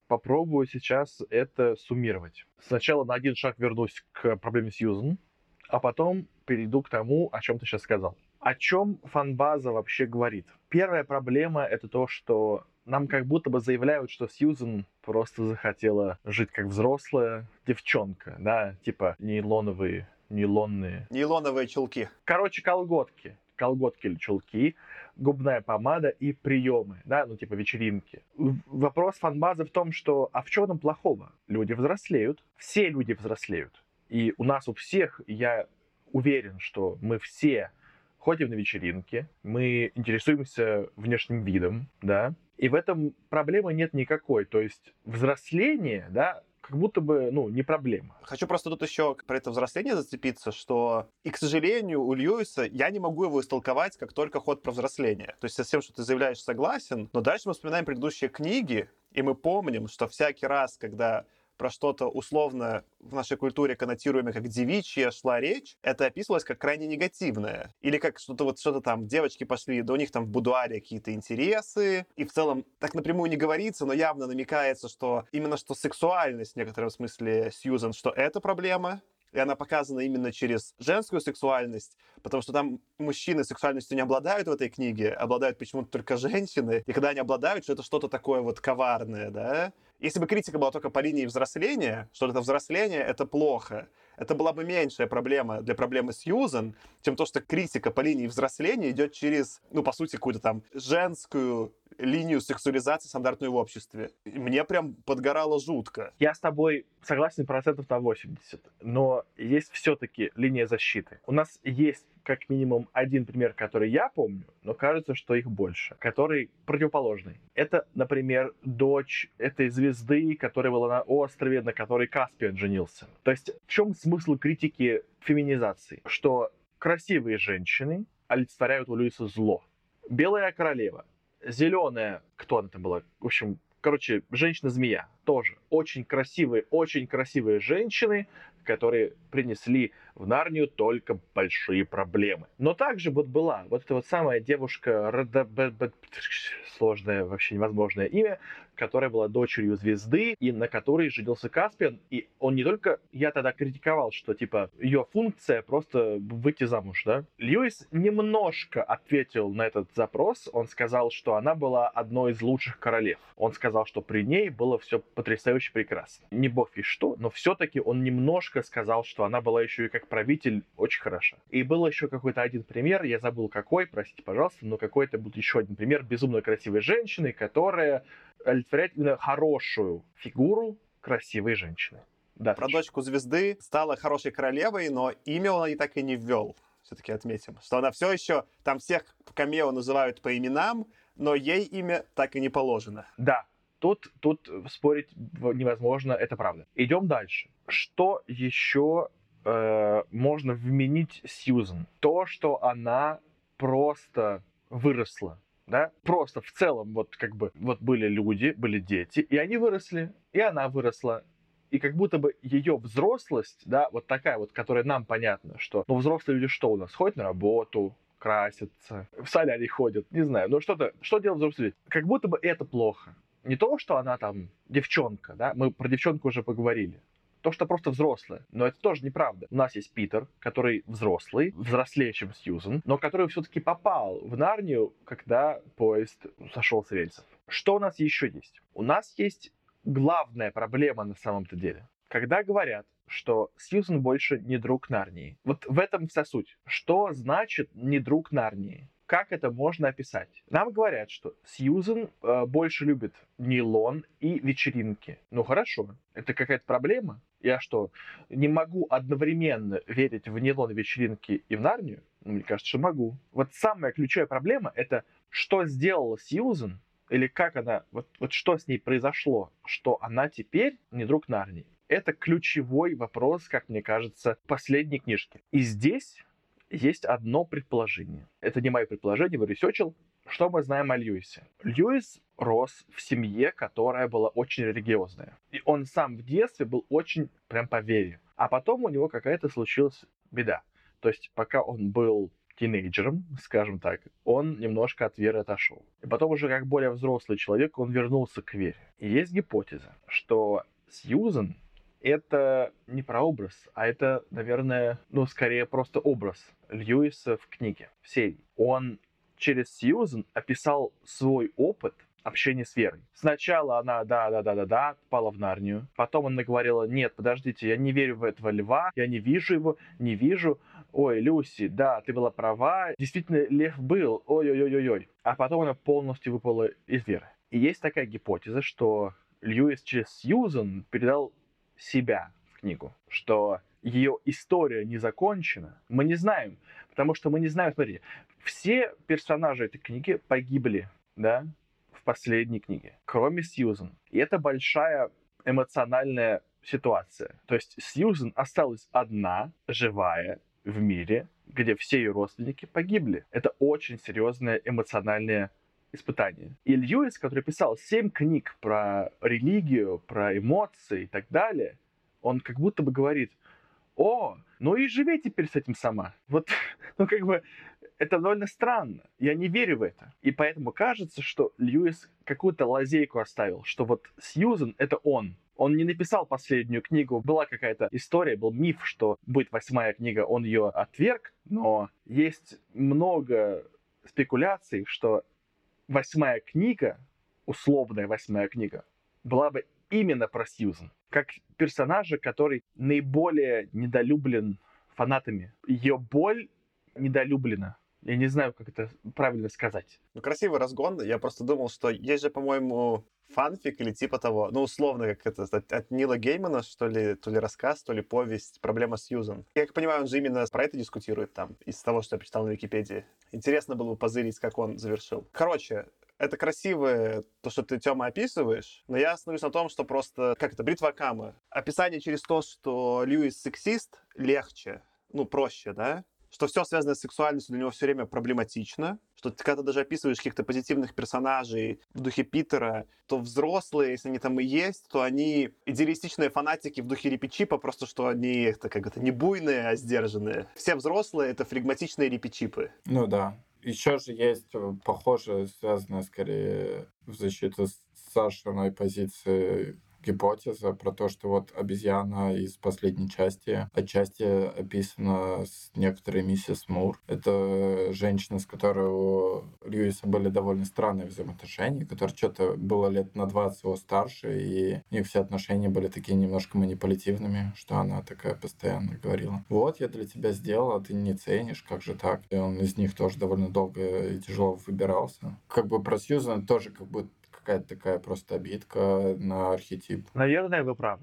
попробую сейчас это суммировать. Сначала на один шаг вернусь к проблеме Сьюзен, а потом перейду к тому, о чем ты сейчас сказал. О чем фанбаза вообще говорит? Первая проблема — это то, что нам как будто бы заявляют, что Сьюзен просто захотела жить как взрослая девчонка, да, типа нейлоновые, нейлонные... Нейлоновые чулки. Короче, колготки. Колготки или чулки, губная помада и приемы, да, ну типа вечеринки. Вопрос фанбазы в том, что а в чем там плохого? Люди взрослеют, все люди взрослеют. И у нас у всех, я уверен, что мы все ходим на вечеринки, мы интересуемся внешним видом, да, и в этом проблемы нет никакой. То есть взросление, да, как будто бы, ну, не проблема. Хочу просто тут еще про это взросление зацепиться, что, и, к сожалению, у Льюиса я не могу его истолковать как только ход про взросление. То есть со всем, что ты заявляешь, согласен, но дальше мы вспоминаем предыдущие книги, и мы помним, что всякий раз, когда про что-то условно в нашей культуре коннотируемое как девичье шла речь, это описывалось как крайне негативное. Или как что-то вот что-то там, девочки пошли, да у них там в будуаре какие-то интересы, и в целом так напрямую не говорится, но явно намекается, что именно что сексуальность в некотором смысле Сьюзен, что это проблема, и она показана именно через женскую сексуальность, потому что там мужчины сексуальностью не обладают в этой книге, обладают почему-то только женщины, и когда они обладают, что это что-то такое вот коварное, да? Если бы критика была только по линии взросления, что это взросление — это плохо, это была бы меньшая проблема для проблемы Сьюзен, чем то, что критика по линии взросления идет через, ну, по сути, какую-то там женскую линию сексуализации стандартной в обществе. И мне прям подгорало жутко. Я с тобой согласен процентов на восемьдесят, но есть все-таки линия защиты. У нас есть как минимум один пример, который я помню, но кажется, что их больше, который противоположный. Это, например, дочь этой звезды, которая была на острове, на которой Каспиан женился. То есть в чем смысл критики феминизации? Что красивые женщины олицетворяют у Льюиса зло. Белая королева, зеленая, кто она там была? В общем, короче, женщина-змея тоже. Очень красивые, очень красивые женщины, которые принесли в Нарнию только большие проблемы. Но также вот была вот эта вот самая девушка, сложное, вообще невозможное имя, которая была дочерью звезды, и на которой женился Каспиан. И он не только... Я тогда критиковал, что, типа, ее функция просто выйти замуж, да? Льюис немножко ответил на этот запрос. Он сказал, что она была одной из лучших королев. Он сказал, что при ней было все потрясающе прекрасно. Не бог весть что, но все-таки он немножко сказал, что она была еще и как правитель очень хороша. И был еще какой-то один пример, я забыл какой, простите, пожалуйста, но какой-то будет еще один пример безумно красивой женщины, которая олицетворяет именно хорошую фигуру красивой женщины. Да, про дочку звезды стала хорошей королевой, но имя он и так и не ввел. Все-таки отметим, что она все еще, там всех в камео называют по именам, но ей имя так и не положено. Да, тут, тут спорить невозможно, это правда. Идем дальше. Что еще э, можно вменить Сьюзен? То, что она просто выросла. Да? Просто в целом, вот как бы, вот были люди, были дети, и они выросли, и она выросла. И как будто бы ее взрослость, да, вот такая вот, которая нам понятна, что, ну, взрослые люди что у нас? Ходят на работу, красятся, в солярий ходят, не знаю, ну что-то, что делают взрослые люди? Как будто бы это плохо. Не то, что она там девчонка, да, мы про девчонку уже поговорили. То, что просто взрослая. Но это тоже неправда. У нас есть Питер, который взрослый, взрослее, чем Сьюзен, но который все-таки попал в Нарнию, когда поезд сошел с рельсов. Что у нас еще есть? У нас есть главная проблема на самом-то деле. Когда говорят, что Сьюзен больше не друг Нарнии. Вот в этом вся суть. Что значит не друг Нарнии? Как это можно описать? Нам говорят, что Сьюзен э, больше любит нейлон и вечеринки. Ну хорошо, это какая-то проблема? Я что, не могу одновременно верить в нейлон, вечеринки и в Нарнию? Ну, мне кажется, что могу. Вот самая ключевая проблема — это что сделала Сьюзен, или как она, вот, вот что с ней произошло, что она теперь не друг Нарнии. Это ключевой вопрос, как мне кажется, последней книжки. И здесь есть одно предположение. Это не мое предположение, его ресерчил. Что мы знаем о Льюисе? Льюис рос в семье, которая была очень религиозная. И он сам в детстве был очень прям по вере. А потом у него какая-то случилась беда. То есть пока он был тинейджером, скажем так, он немножко от веры отошел. И потом уже как более взрослый человек он вернулся к вере. И есть гипотеза, что Сьюзен — это не прообраз, а это, наверное, ну, скорее просто образ Льюиса в книге, в серии. Он через Сьюзен описал свой опыт общения с верой. Сначала она да-да-да-да-да попала в Нарнию. Потом она говорила: нет, подождите, я не верю в этого льва, я не вижу его, не вижу. Ой, Люси, да, ты была права, действительно лев был, ой-ой-ой-ой. А потом она полностью выпала из веры. И есть такая гипотеза, что Льюис через Сьюзен передал себя в книгу, что ее история не закончена. Мы не знаем, потому что мы не знаем, смотрите, все персонажи этой книги погибли, да, в последней книге, кроме Сьюзен. И это большая эмоциональная ситуация. То есть Сьюзен осталась одна, живая, в мире, где все ее родственники погибли. Это очень серьезное эмоциональное испытание. И Льюис, который писал семь книг про религию, про эмоции и так далее, он как будто бы говорит: о, ну и живи теперь с этим сама. Вот, ну как бы, это довольно странно. Я не верю в это. И поэтому кажется, что Льюис какую-то лазейку оставил, что вот Сьюзен — это он. Он не написал последнюю книгу. Была какая-то история, был миф, что будет восьмая книга, он ее отверг, но есть много спекуляций, что восьмая книга, условная восьмая книга, была бы именно про Сьюзен. Как персонажа, который наиболее недолюблен фанатами. Ее боль недолюблена. Я не знаю, как это правильно сказать. Ну, красивый разгон. Я просто думал, что есть же, по-моему, фанфик или типа того. Ну, условно, как это, от, от Нила Геймана, что ли, то ли рассказ, то ли повесть «Проблема Сьюзен». Я как понимаю, он же именно про это дискутирует там, из того, что я почитал на Википедии. Интересно было бы позырить, как он завершил. Короче, это красивое, то, что ты, Тёма, описываешь, но я остановлюсь на том, что просто, как это, бритва Акамы. Описание через то, что Льюис сексист, легче, ну, проще, да? Что все связанное с сексуальностью для него все время проблематично, что ты, когда ты даже описываешь каких-то позитивных персонажей в духе Питера, то взрослые, если они там и есть, то они идеалистичные фанатики в духе Рипичипа, просто что они, это, как это, не буйные, а сдержанные. Все взрослые — это флегматичные Рипичипы. Ну да. Еще же есть похожее, связанное скорее в защиту Сашиной позиции, гипотеза про то, что вот обезьяна из последней части отчасти описана с некоторой миссис Мур. Это женщина, с которой у Льюиса были довольно странные взаимоотношения, которая что-то было лет на двадцать его старше, и у них все отношения были такие немножко манипулятивными, что она такая постоянно говорила: вот, я для тебя сделала, а ты не ценишь, как же так? И он из них тоже довольно долго и тяжело выбирался. Как бы про Сьюзан тоже как бы какая-то такая просто обидка на архетип. Наверное, вы правы.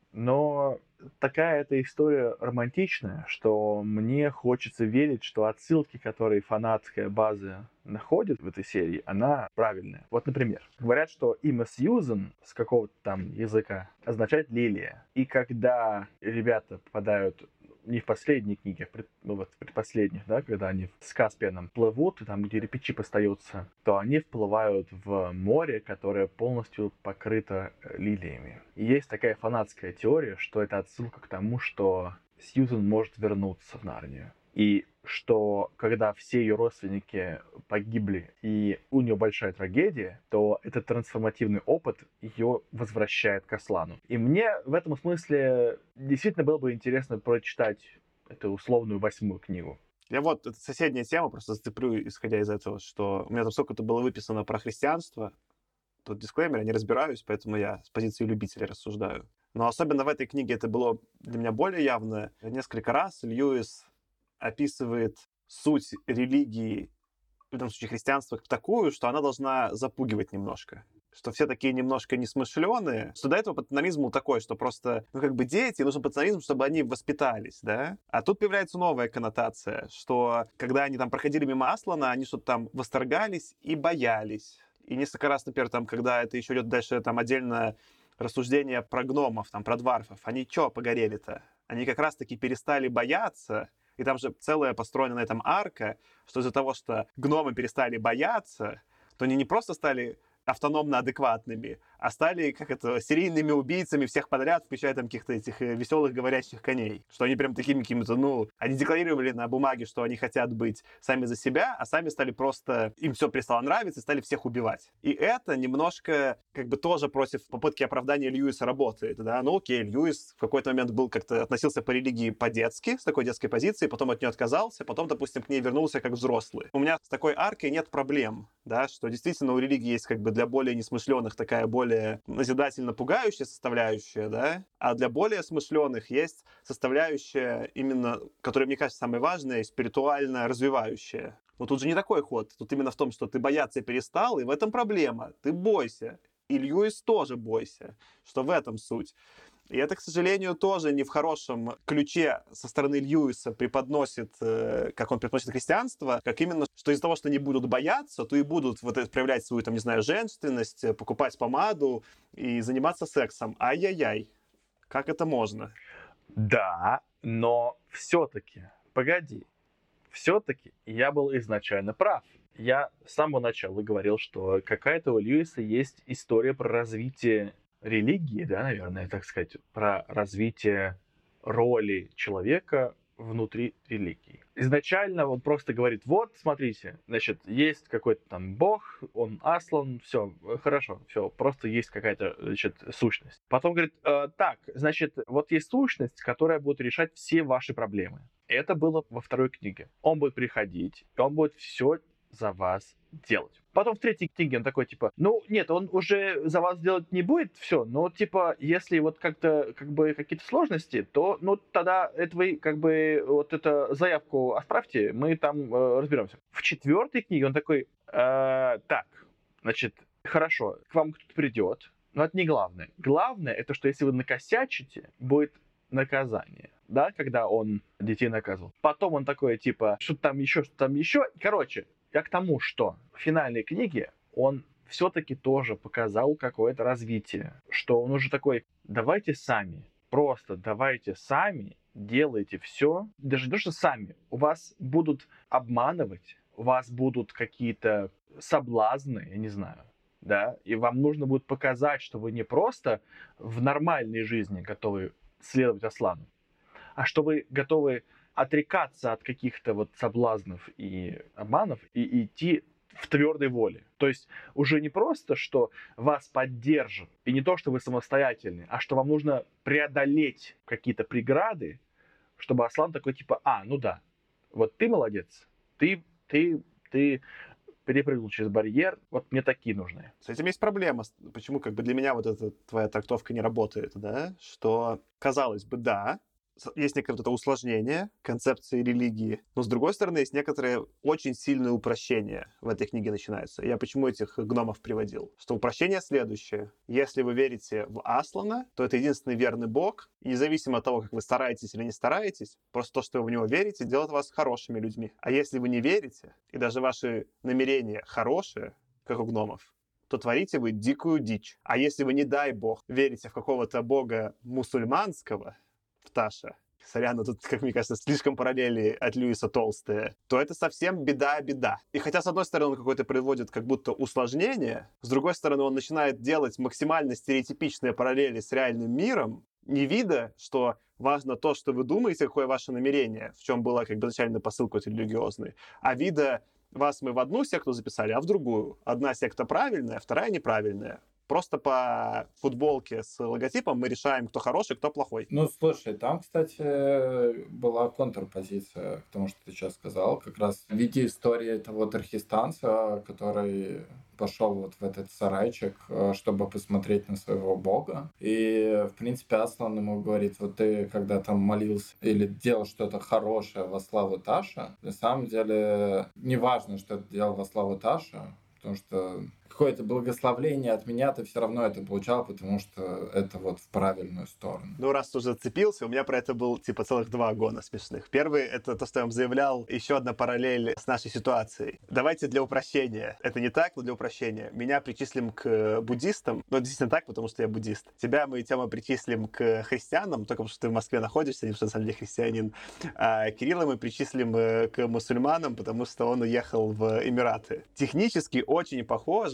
Но такая эта история романтичная, что мне хочется верить, что отсылки, которые фанатская база находит в этой серии, она правильная. Вот, например, говорят, что имя Сьюзен с какого-то там языка означает лилия. И когда ребята попадают не в последней книге, а в пред, ну вот в предпоследних, да, когда они с Каспианом плывут, и там, где Рипичип остается, то они вплывают в море, которое полностью покрыто лилиями. И есть такая фанатская теория, что это отсылка к тому, что Сьюзен может вернуться в Нарнию. И что когда все ее родственники погибли и у нее большая трагедия, то этот трансформативный опыт ее возвращает к Аслану. И мне в этом смысле действительно было бы интересно прочитать эту условную восьмую книгу. Я вот, это соседняя тема, просто зацеплю, исходя из этого, что у меня там сколько-то было выписано про христианство. Тут дисклеймер, я не разбираюсь, поэтому я с позиции любителя рассуждаю. Но особенно в этой книге это было для меня более явно. Несколько раз Льюис описывает суть религии, в этом случае христианства, такую, что она должна запугивать немножко. Что все такие немножко несмышленые. Что до этого патernalizм такой, что просто, ну, как бы дети, нужен патernalizм, чтобы они воспитались, да? А тут появляется новая коннотация, что когда они там проходили мимо Аслана, они что-то там восторгались и боялись. И несколько раз, например, там, когда это еще идет дальше, там отдельно рассуждение про гномов, там, про дварфов, они что погорели-то? Они как раз-таки перестали бояться. И там же целая построена на этом арка, что из-за того, что гномы перестали бояться, то они не просто стали автономно адекватными, а стали, как это, серийными убийцами всех подряд, включая там каких-то этих веселых говорящих коней. Что они прям такими какими-то, ну, они декларировали на бумаге, что они хотят быть сами за себя, а сами стали просто, им все перестало нравиться и стали всех убивать. И это немножко, как бы, тоже против попытки оправдания Льюиса работает, да. Ну, окей, Льюис в какой-то момент был как-то, относился по религии по-детски, с такой детской позиции, потом от нее отказался, потом, допустим, к ней вернулся как взрослый. У меня с такой аркой нет проблем, да, что действительно у религии есть как бы для более несмышленых такая более назидательно пугающая составляющая, да, а для более смышленых есть составляющая именно, которая, мне кажется, самая важная, спиритуально развивающая. Но тут же не такой ход, тут именно в том, что ты бояться перестал, и в этом проблема, ты бойся. И Льюис тоже бойся, что в этом суть. И это, к сожалению, тоже не в хорошем ключе со стороны Льюиса преподносит, э, как он преподносит христианство, как именно, что из-за того, что они будут бояться, то и будут вот проявлять свою, там, не знаю, женственность, покупать помаду и заниматься сексом. Ай-яй-яй, как это можно? Да, но все-таки, погоди, все-таки я был изначально прав. Я с самого начала говорил, что какая-то у Льюиса есть история про развитие религии, да, наверное, так сказать, про развитие роли человека внутри религии. Изначально он просто говорит, вот, смотрите, значит, есть какой-то там бог, он Аслан, все, хорошо, все, просто есть какая-то, значит, сущность. Потом говорит, э, так, значит, вот есть сущность, которая будет решать все ваши проблемы. Это было во второй книге. Он будет приходить, и он будет все за вас делать. Потом в третьей книге он такой, типа, ну, нет, он уже за вас делать не будет, все, но, типа, если вот как-то, как бы, какие-то сложности, то, ну, тогда это вы, как бы, вот эту заявку отправьте, мы там э, разберемся. В четвертой книге он такой, э, так, значит, хорошо, к вам кто-то придет, но это не главное. Главное, это что если вы накосячите, будет наказание, да, когда он детей наказывал. Потом он такой, типа, что-то там еще, что-то там еще. Короче, я к тому, что в финальной книге он все-таки тоже показал какое-то развитие, что он уже такой, давайте сами, просто давайте сами, делайте все, даже не то, что сами, у вас будут обманывать, у вас будут какие-то соблазны, я не знаю, да, и вам нужно будет показать, что вы не просто в нормальной жизни готовы следовать Аслану, а что вы готовы отрекаться от каких-то вот соблазнов и обманов и идти в твердой воле. То есть уже не просто, что вас поддержат, и не то, что вы самостоятельны, а что вам нужно преодолеть какие-то преграды, чтобы Аслан такой типа, а, ну да, вот ты молодец, ты, ты, ты перепрыгнул через барьер, вот мне такие нужны. С этим есть проблема. Почему как бы для меня вот эта твоя трактовка не работает, да? Что, казалось бы, да, есть некое вот это усложнение концепции религии, но, с другой стороны, есть некоторые очень сильные упрощения в этой книге начинаются. Я почему этих гномов приводил? Что упрощение следующее. Если вы верите в Аслана, то это единственный верный бог, и независимо от того, как вы стараетесь или не стараетесь, просто то, что вы в него верите, делает вас хорошими людьми. А если вы не верите, и даже ваши намерения хорошие, как у гномов, то творите вы дикую дичь. А если вы, не дай бог, верите в какого-то бога мусульманского, Таша. Сорян, но тут, как мне кажется, слишком параллели от Льюиса толстые, то это совсем беда-беда. И хотя, с одной стороны, он какой-то приводит как будто усложнение, с другой стороны, он начинает делать максимально стереотипичные параллели с реальным миром, не видя, что важно то, что вы думаете, какое ваше намерение, в чем была как бы начальная посылка религиозной, а видя вас мы в одну секту записали, а в другую. Одна секта правильная, вторая неправильная. Просто по футболке с логотипом мы решаем, кто хороший, кто плохой. Ну, слушай, там, кстати, была контрпозиция к тому, что ты сейчас сказал. Как раз в виде истории того тархистанца, который пошел вот в этот сарайчик, чтобы посмотреть на своего бога. И, в принципе, Аслан ему говорит, вот ты, когда там молился или делал что-то хорошее во славу Таша, на самом деле, не важно, что ты делал во славу Таша, потому что какое-то благословление от меня ты все равно это получал, потому что это вот в правильную сторону. Ну, раз ты уже зацепился, у меня про это был, типа, целых два гона смешных. Первый — это то, что я вам заявлял, еще одна параллель с нашей ситуацией. Давайте для упрощения. Это не так, но для упрощения. Меня причислим к буддистам. Ну, действительно так, потому что я буддист. Тебя мы, Тёма, причислим к христианам, только потому что ты в Москве находишься, не потому что на самом деле христианин. А Кирилла мы причислим к мусульманам, потому что он уехал в Эмираты. Технически очень похоже,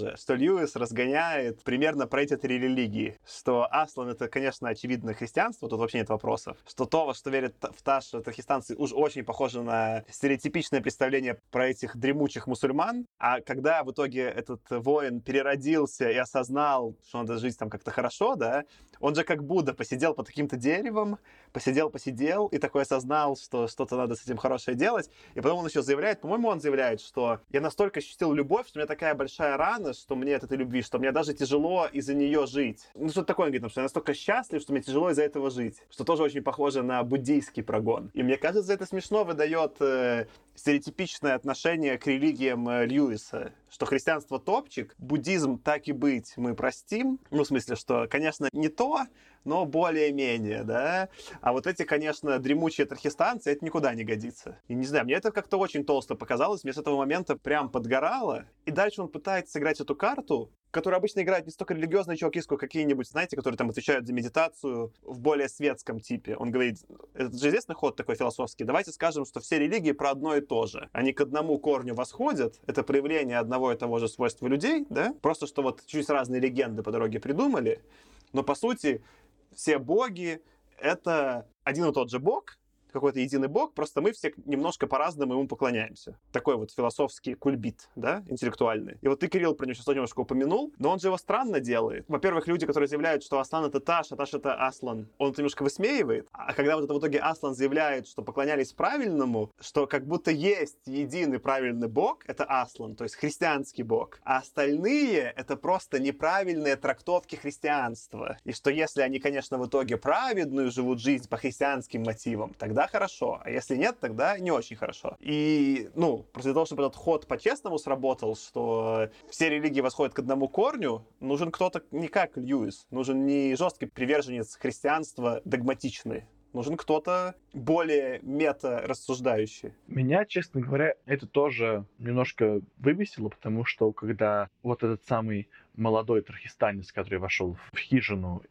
похоже, что Льюис разгоняет примерно про эти три религии. Что Аслан — это, конечно, очевидно христианство, тут вообще нет вопросов. Что то, во что верят в Таш тархистанцы, уж очень похоже на стереотипичное представление про этих дремучих мусульман. А когда в итоге этот воин переродился и осознал, что надо жить там как-то хорошо, да, он же как Будда посидел под каким-то деревом, посидел-посидел и такой осознал, что что-то надо с этим хорошее делать. И потом он еще заявляет, по-моему, он заявляет, что я настолько ощутил любовь, что у меня такая большая рана, что мне от этой любви, что мне даже тяжело из-за нее жить. Ну, что-то такое, он говорит, что я настолько счастлив, что мне тяжело из-за этого жить. Что тоже очень похоже на буддийский прогон. И мне кажется, это смешно выдает э, стереотипичное отношение к религиям э, Льюиса. Что христианство топчик, буддизм так и быть мы простим. Ну, в смысле, что, конечно, не то, но более-менее, да. А вот эти, конечно, дремучие тархистанцы, это никуда не годится. И не знаю, мне это как-то очень толсто показалось, мне с этого момента прям подгорало. И дальше он пытается сыграть эту карту, которую обычно играют не столько религиозные чуваки, сколько какие-нибудь, знаете, которые там отвечают за медитацию в более светском типе. Он говорит, это же известный ход такой философский, давайте скажем, что все религии про одно и то же. Они к одному корню восходят, это проявление одного и того же свойства людей, да? Просто что вот чуть разные легенды по дороге придумали, но по сути все боги — это один и тот же бог, какой-то единый бог, просто мы все немножко по-разному ему поклоняемся. Такой вот философский кульбит, да, интеллектуальный. И вот ты, Кирилл, про него сейчас немножко упомянул, но он же его странно делает. Во-первых, люди, которые заявляют, что Аслан — это Таш, а Таш — это Аслан, он это немножко высмеивает. А когда вот это в итоге Аслан заявляет, что поклонялись правильному, что как будто есть единый правильный бог, это Аслан, то есть христианский бог, а остальные — это просто неправильные трактовки христианства. И что если они, конечно, в итоге праведную живут жизнь по христианским мотивам, тогда хорошо, а если нет, тогда не очень хорошо. И, ну, просто для того, чтобы этот ход по-честному сработал, что все религии восходят к одному корню, нужен кто-то не как Льюис, нужен не жесткий приверженец христианства догматичный, нужен кто-то более мета-рассуждающий. Меня, честно говоря, это тоже немножко выбесило, потому что когда вот этот самый молодой тархистанец, который вошел в хижину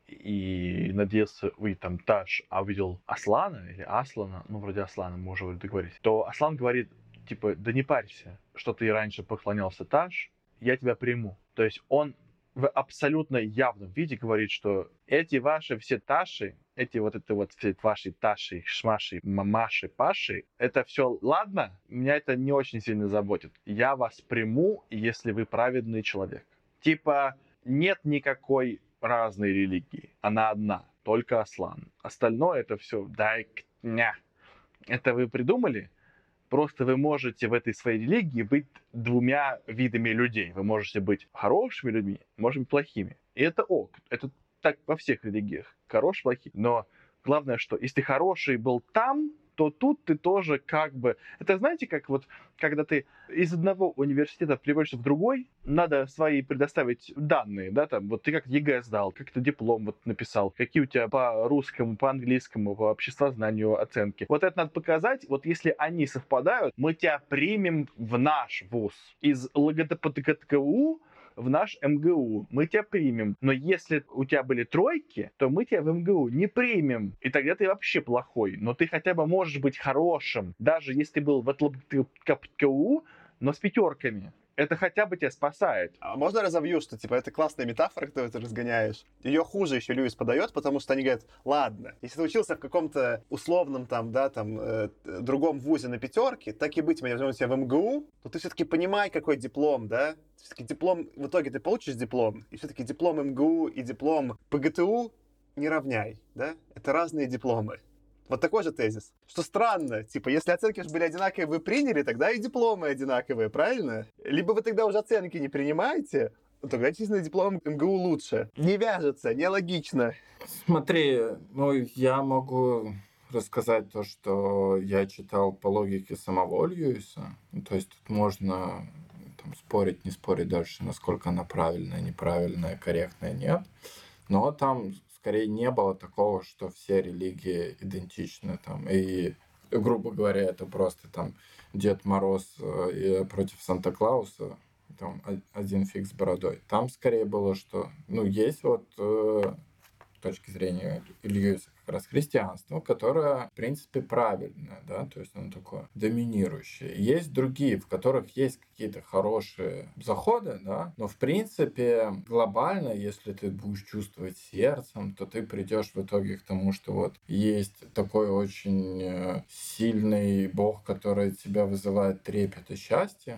и надеялся увидеть там Таш, а увидел Аслана или Аслана, ну, вроде Аслана, мы уже договорились, то Аслан говорит, типа, да не парься, что ты раньше поклонялся Таш, я тебя приму. То есть он в абсолютно явном виде говорит, что эти ваши все Таши, эти вот это вот все ваши Таши, Шмаши, Мамаши, Паши, это все ладно, меня это не очень сильно заботит. Я вас приму, если вы праведный человек. Типа, нет никакой разной религии. Она одна, только Аслан. Остальное это все дай ня. Это вы придумали? Просто вы можете в этой своей религии быть двумя видами людей. Вы можете быть хорошими людьми, можете быть плохими. И это ок. Это так во всех религиях. Хорошие, плохие. Но главное, что если хороший был там, то тут ты тоже как бы... Это знаете, как вот, когда ты из одного университета приводишься в другой, надо свои предоставить данные, да, там, вот ты как ЕГЭ сдал, как ты диплом вот написал, какие у тебя по русскому, по английскому, по обществознанию оценки. Вот это надо показать, вот если они совпадают, мы тебя примем в наш вуз. Из ЛГТПТКТКУ в наш МГУ. Мы тебя примем. Но если у тебя были тройки, то мы тебя в МГУ не примем. И тогда ты вообще плохой. Но ты хотя бы можешь быть хорошим. Даже если ты был в ЛГТПТКУ, но с пятерками. Это хотя бы тебя спасает. А можно разовью, что типа это классная метафора, которую ты разгоняешь? Ее хуже еще Льюис подает, потому что они говорят, ладно, если ты учился в каком-то условном там, да, там, э, другом вузе на пятерке, так и быть, мы возьмем тебя в МГУ, то ты все-таки понимай, какой диплом, да? Все-таки диплом, в итоге ты получишь диплом, и все-таки диплом МГУ и диплом ПГТУ не равняй, да? Это разные дипломы. Вот такой же тезис. Что странно, типа, если оценки же были одинаковые, вы приняли, тогда и дипломы одинаковые, правильно? Либо вы тогда уже оценки не принимаете, тогда, естественно, диплом МГУ лучше. Не вяжется, нелогично. Смотри, ну, я могу рассказать то, что я читал по логике самого Льюиса. Ну, то есть тут можно там, спорить, не спорить дальше, насколько она правильная, неправильная, корректная, нет. Но там скорее не было такого, что все религии идентичны. Там, и, грубо говоря, это просто там Дед Мороз э, против Санта-Клауса, там один фиг с бородой. Там скорее было, что ну, есть вот э, с точки зрения Льюиса как раз христианство, которое, в принципе, правильное, да, то есть оно такое доминирующее. Есть другие, в которых есть какие-то хорошие заходы, да, но, в принципе, глобально, если ты будешь чувствовать сердцем, то ты придешь в итоге к тому, что вот есть такой очень сильный Бог, который тебя вызывает трепет и счастье.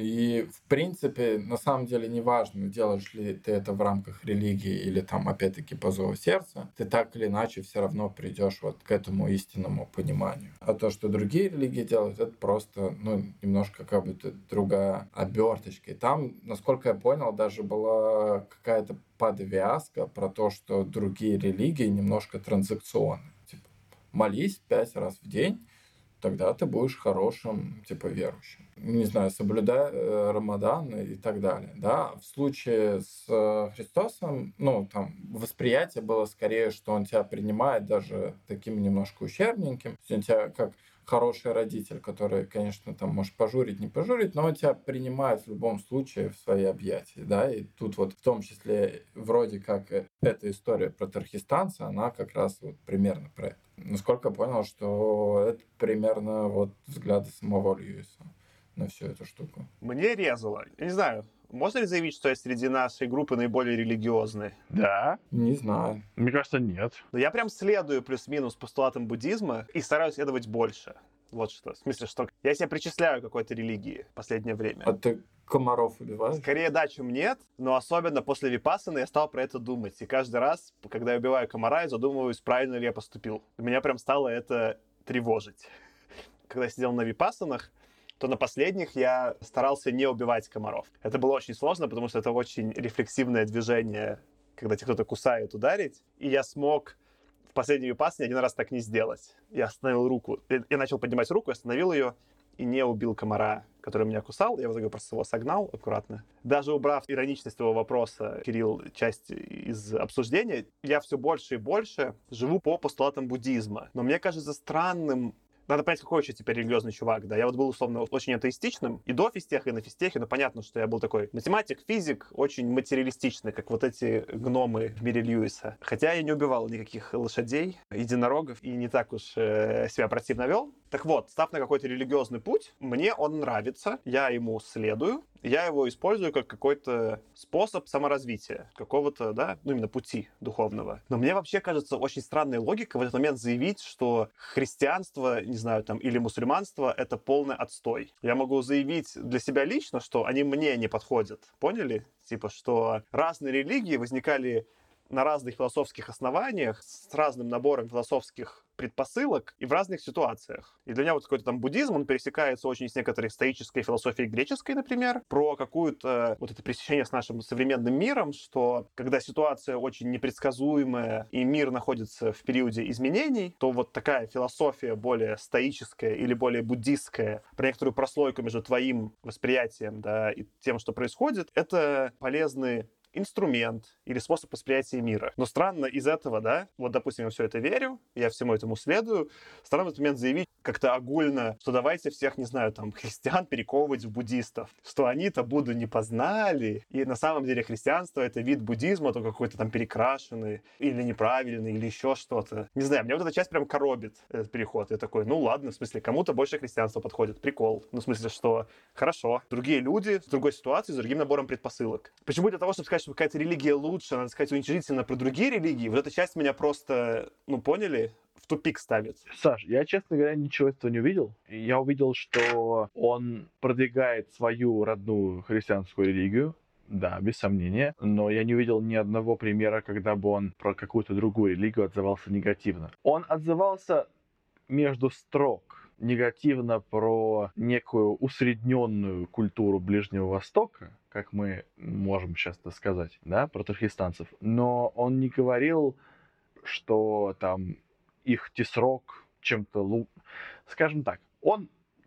И, в принципе, на самом деле, неважно, делаешь ли ты это в рамках религии или там, опять-таки, по зову сердца, ты так или иначе все равно придешь вот к этому истинному пониманию. А то, что другие религии делают, это просто, ну, немножко как будто другая оберточка. И там, насколько я понял, даже была какая-то подвязка про то, что другие религии немножко транзакционны. Типа, молись пять раз в день, тогда ты будешь хорошим, типа, верующим. Не знаю, соблюдай э, Рамадан и так далее. Да? В случае с э, Христосом, ну, там, восприятие было скорее, что он тебя принимает даже таким немножко ущербненьким. То есть он тебя как хороший родитель, который, конечно, там может пожурить, не пожурить, но он тебя принимает в любом случае в свои объятия, да, и тут вот в том числе вроде как эта история про тархистанца, она как раз вот примерно про это. Насколько я понял, что это примерно вот взгляды самого Льюиса на всю эту штуку. Мне резало. Я не знаю, можно ли заявить, что я среди нашей группы наиболее религиозный? Да. Не знаю. Мне кажется, нет. Но я прям следую плюс-минус постулатам буддизма и стараюсь следовать больше. Вот что. В смысле, что я себя причисляю к какой-то религии в последнее время. А ты комаров убиваешь? Скорее да, чем нет, но особенно после випассаны я стал про это думать. И каждый раз, когда я убиваю комара, я задумываюсь, правильно ли я поступил. Меня прям стало это тревожить. Когда я сидел на випассанах, то на последних я старался не убивать комаров. Это было очень сложно, потому что это очень рефлексивное движение, когда тебя кто-то кусает, ударить. И я смог в последней випассане один раз так не сделать. Я остановил руку. Я начал поднимать руку, остановил ее и не убил комара, который меня кусал. Я в итоге просто его согнал аккуратно. Даже убрав ироничность твоего вопроса, Кирилл, часть из обсуждения, я все больше и больше живу по постулатам буддизма. Но мне кажется странным. Надо понять, какой вообще теперь религиозный чувак, да. Я вот был, условно, очень атеистичным и до физтеха, и на физтехе, но понятно, что я был такой математик, физик, очень материалистичный, как вот эти гномы в мире Льюиса. Хотя я не убивал никаких лошадей, единорогов и не так уж э, себя противно вел. Так вот, став на какой-то религиозный путь, мне он нравится, я ему следую, я его использую как какой-то способ саморазвития, какого-то, да, ну именно пути духовного. Но мне вообще кажется очень странной логикой в этот момент заявить, что христианство, не знаю, там, или мусульманство — это полный отстой. Я могу заявить для себя лично, что они мне не подходят. Поняли? Типа, что разные религии возникали на разных философских основаниях, с разным набором философских предпосылок и в разных ситуациях. И для меня вот какой-то там буддизм, он пересекается очень с некоторой стоической философией греческой, например, про какую-то вот это пересечение с нашим современным миром, что когда ситуация очень непредсказуемая и мир находится в периоде изменений, то вот такая философия более стоическая или более буддистская, про некоторую прослойку между твоим восприятием, да, и тем, что происходит, это полезный инструмент или способ восприятия мира. Но странно из этого, да, вот, допустим, я все это верю, я всему этому следую, странно в этот момент заявить как-то огульно, что давайте всех, не знаю, там, христиан перековывать в буддистов, что они-то Будду не познали, и на самом деле христианство — это вид буддизма, только какой-то там перекрашенный, или неправильный, или еще что-то. Не знаю, меня вот эта часть прям коробит, этот переход. Я такой, ну ладно, в смысле, кому-то больше христианство подходит, прикол. Ну, в смысле, что хорошо, другие люди с другой ситуацией, с другим набором предпосылок. Почему для того, чтобы сказать, что какая-то религия лучше, надо сказать уничижительно про другие религии, вот эта часть меня просто, ну, поняли, в тупик ставит. Саш, я, честно говоря, ничего этого не увидел. Я увидел, что он продвигает свою родную христианскую религию, да, без сомнения, но я не увидел ни одного примера, когда бы он про какую-то другую религию отзывался негативно. Он отзывался между строк негативно про некую усредненную культуру Ближнего Востока, как мы можем часто сказать, да, про тархистанцев, но он не говорил, что там их тесрок чем-то лучше. Скажем так, он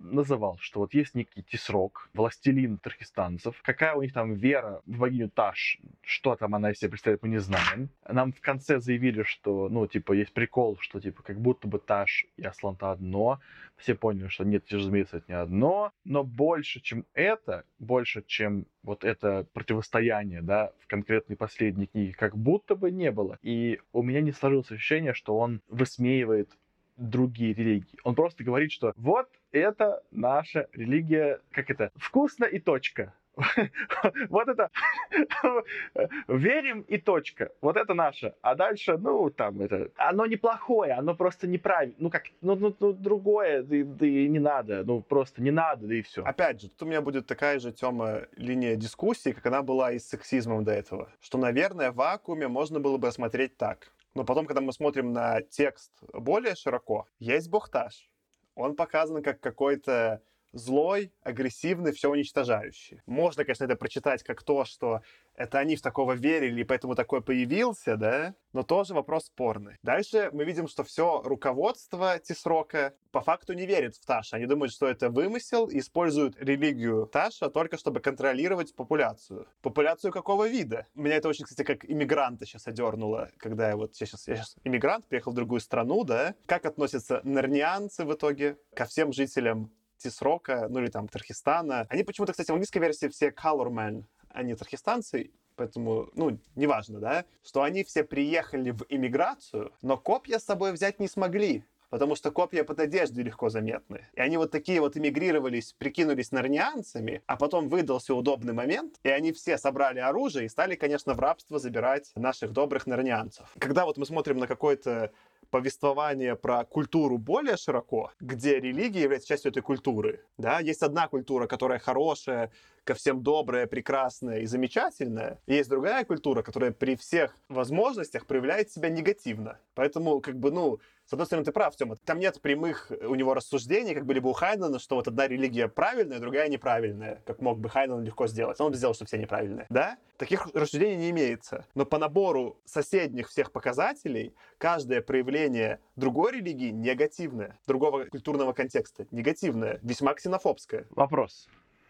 называл, что вот есть некий Тисрок, властелин тархистанцев. Какая у них там вера в богиню Таш, что там она из себя представляет, мы не знаем. Нам в конце заявили, что, ну, типа, есть прикол, что, типа, как будто бы Таш и Аслан-то одно. Все поняли, что нет, разумеется, это не одно. Но больше, чем это, больше, чем вот это противостояние, да, в конкретной последней книге, как будто бы не было. И у меня не сложилось ощущение, что он высмеивает другие религии. Он просто говорит, что вот это наша религия, как это, вкусно и точка. Вот это верим и точка. Вот это наше. А дальше, ну, там, это... Оно неплохое, оно просто неправильно. Ну, как, ну, ну, ну другое, да, да и не надо. Ну, просто не надо, да и все. Опять же, тут у меня будет такая же, Тёма, линия дискуссии, как она была и с сексизмом до этого. Что, наверное, в вакууме можно было бы осмотреть так. Но потом, когда мы смотрим на текст более широко, есть бог Таш. Он показан как какой-то злой, агрессивный, все уничтожающий. Можно, конечно, это прочитать как то, что это они в такого верили, и поэтому такой появился, да? Но тоже вопрос спорный. Дальше мы видим, что все руководство Тисрока по факту не верит в Таша. Они думают, что это вымысел, и используют религию Таша только чтобы контролировать популяцию. Популяцию какого вида? Меня это очень, кстати, как иммигранта сейчас одернуло, когда я вот я сейчас, я сейчас иммигрант, приехал в другую страну, да? Как относятся нарнианцы в итоге ко всем жителям Тисрока, ну или там Тархистана. Они почему-то, кстати, в английской версии все colormen, они тархистанцы, поэтому, ну, неважно, да, что они все приехали в иммиграцию, но копья с собой взять не смогли, потому что копья под одеждой легко заметны. И они вот такие вот эмигрировались, прикинулись нарнианцами, а потом выдался удобный момент, и они все собрали оружие и стали, конечно, в рабство забирать наших добрых нарнианцев. Когда вот мы смотрим на какой-то повествование про культуру более широко, где религия является частью этой культуры. Да? Есть одна культура, которая хорошая, ко всем добрая, прекрасная и замечательная. И есть другая культура, которая при всех возможностях проявляет себя негативно. Поэтому, как бы, ну, с одной стороны, ты прав, Тёма. Там нет прямых у него рассуждений, как были бы у Хайнена, что вот одна религия правильная, другая неправильная, как мог бы Хайнен легко сделать. Он бы сделал, что все неправильные. Да? Таких рассуждений не имеется. Но по набору соседних всех показателей каждое проявление другой религии негативное, другого культурного контекста негативное, весьма ксенофобское. Вопрос.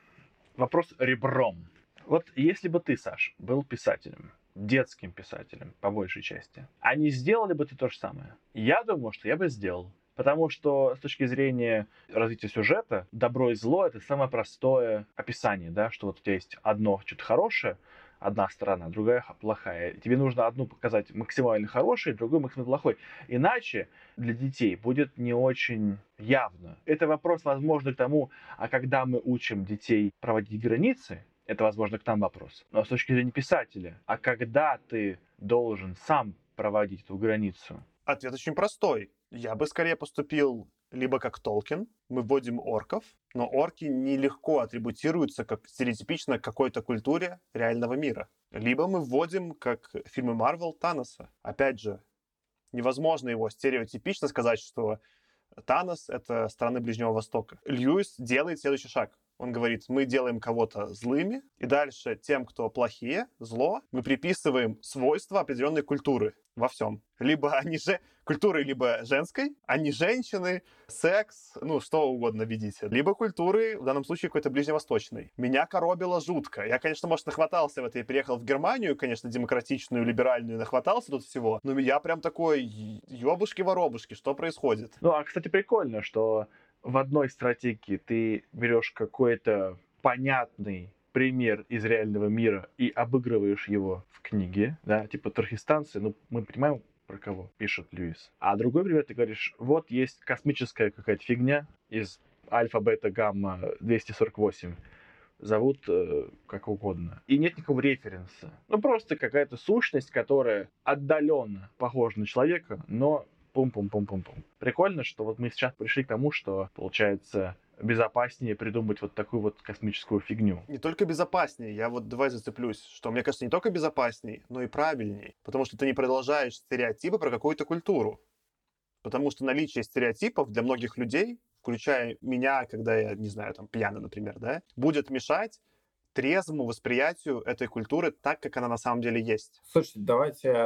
Вопрос ребром. Вот если бы ты, Саш, был писателем, детским писателем, по большей части, а не сделали бы ты то же самое? Я думаю, что я бы сделал. Потому что с точки зрения развития сюжета, добро и зло — это самое простое описание, да, что вот у тебя есть одно что-то хорошее, одна сторона, другая плохая. Тебе нужно одну показать максимально хорошей, другую максимально плохой. Иначе для детей будет не очень явно. Это вопрос, возможно, к тому, а когда мы учим детей проводить границы, это, возможно, к нам вопрос. Но с точки зрения писателя, а когда ты должен сам проводить эту границу? Ответ очень простой. Я бы скорее поступил либо как Толкин, мы вводим орков, но орки нелегко атрибутируются как стереотипично к какой-то культуре реального мира. Либо мы вводим, как фильмы Марвел, Таноса. Опять же, невозможно его стереотипично сказать, что Танос — это страны Ближнего Востока. Льюис делает следующий шаг. Он говорит, мы делаем кого-то злыми, и дальше тем, кто плохие, зло, мы приписываем свойства определенной культуры во всем. Либо они же культуры либо женской, они женщины, секс, ну, что угодно видите. Либо культуры, в данном случае, какой-то ближневосточной. Меня коробило жутко. Я, конечно, может, нахватался в это и приехал в Германию, конечно, демократичную, либеральную, нахватался тут всего. Но я прям такой, ёбушки-воробушки, что происходит? Ну, а, кстати, прикольно, что в одной стратегии ты берешь какой-то понятный пример из реального мира и обыгрываешь его в книге, да, типа тархистанцы, ну, мы понимаем, про кого пишет Льюис. А другой пример, ты говоришь, вот есть космическая какая-то фигня из альфа-бета-гамма двести сорок восемь, зовут э, как угодно. И нет никакого референса. Ну, просто какая-то сущность, которая отдаленно похожа на человека, но пум-пум-пум-пум-пум. Прикольно, что вот мы сейчас пришли к тому, что, получается, безопаснее придумать вот такую вот космическую фигню. Не только безопаснее, я вот давай зацеплюсь, что мне кажется не только безопаснее, но и правильней, потому что ты не продолжаешь стереотипы про какую-то культуру. Потому что наличие стереотипов для многих людей, включая меня, когда я, не знаю, там, пьяный, например, да, будет мешать трезвому восприятию этой культуры так, как она на самом деле есть. Слушайте, давайте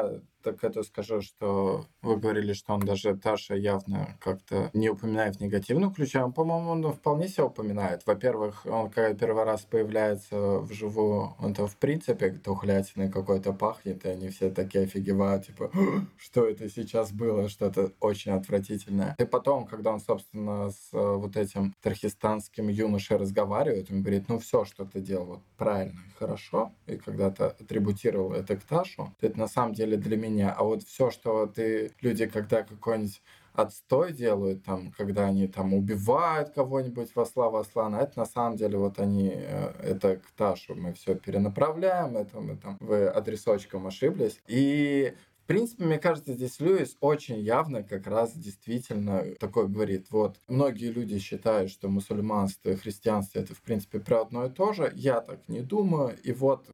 так это скажу, что вы говорили, что он даже Таша явно как-то не упоминает в негативном ключе. Он, по-моему, он вполне себя упоминает. Во-первых, он когда первый раз появляется вживую, он-то в принципе тухлятиной какой-то пахнет, и они все такие офигевают, типа, что это сейчас было, что-то очень отвратительное. И потом, когда он, собственно, с вот этим тархистанским юношей разговаривает, он говорит, ну все, что ты делал, вот правильно и хорошо, и когда-то атрибутировал это к Ташу, это на самом деле для меня. А вот все, что ты, люди, когда какой-нибудь отстой делают, там, когда они там убивают кого-нибудь во славу Аслана, это на самом деле вот они, это к Ташу мы все перенаправляем, это мы там, вы адресочком ошиблись. И в принципе, мне кажется, здесь Льюис очень явно как раз действительно такой говорит, вот, многие люди считают, что мусульманство и христианство это, в принципе, про одно и то же, я так не думаю, и вот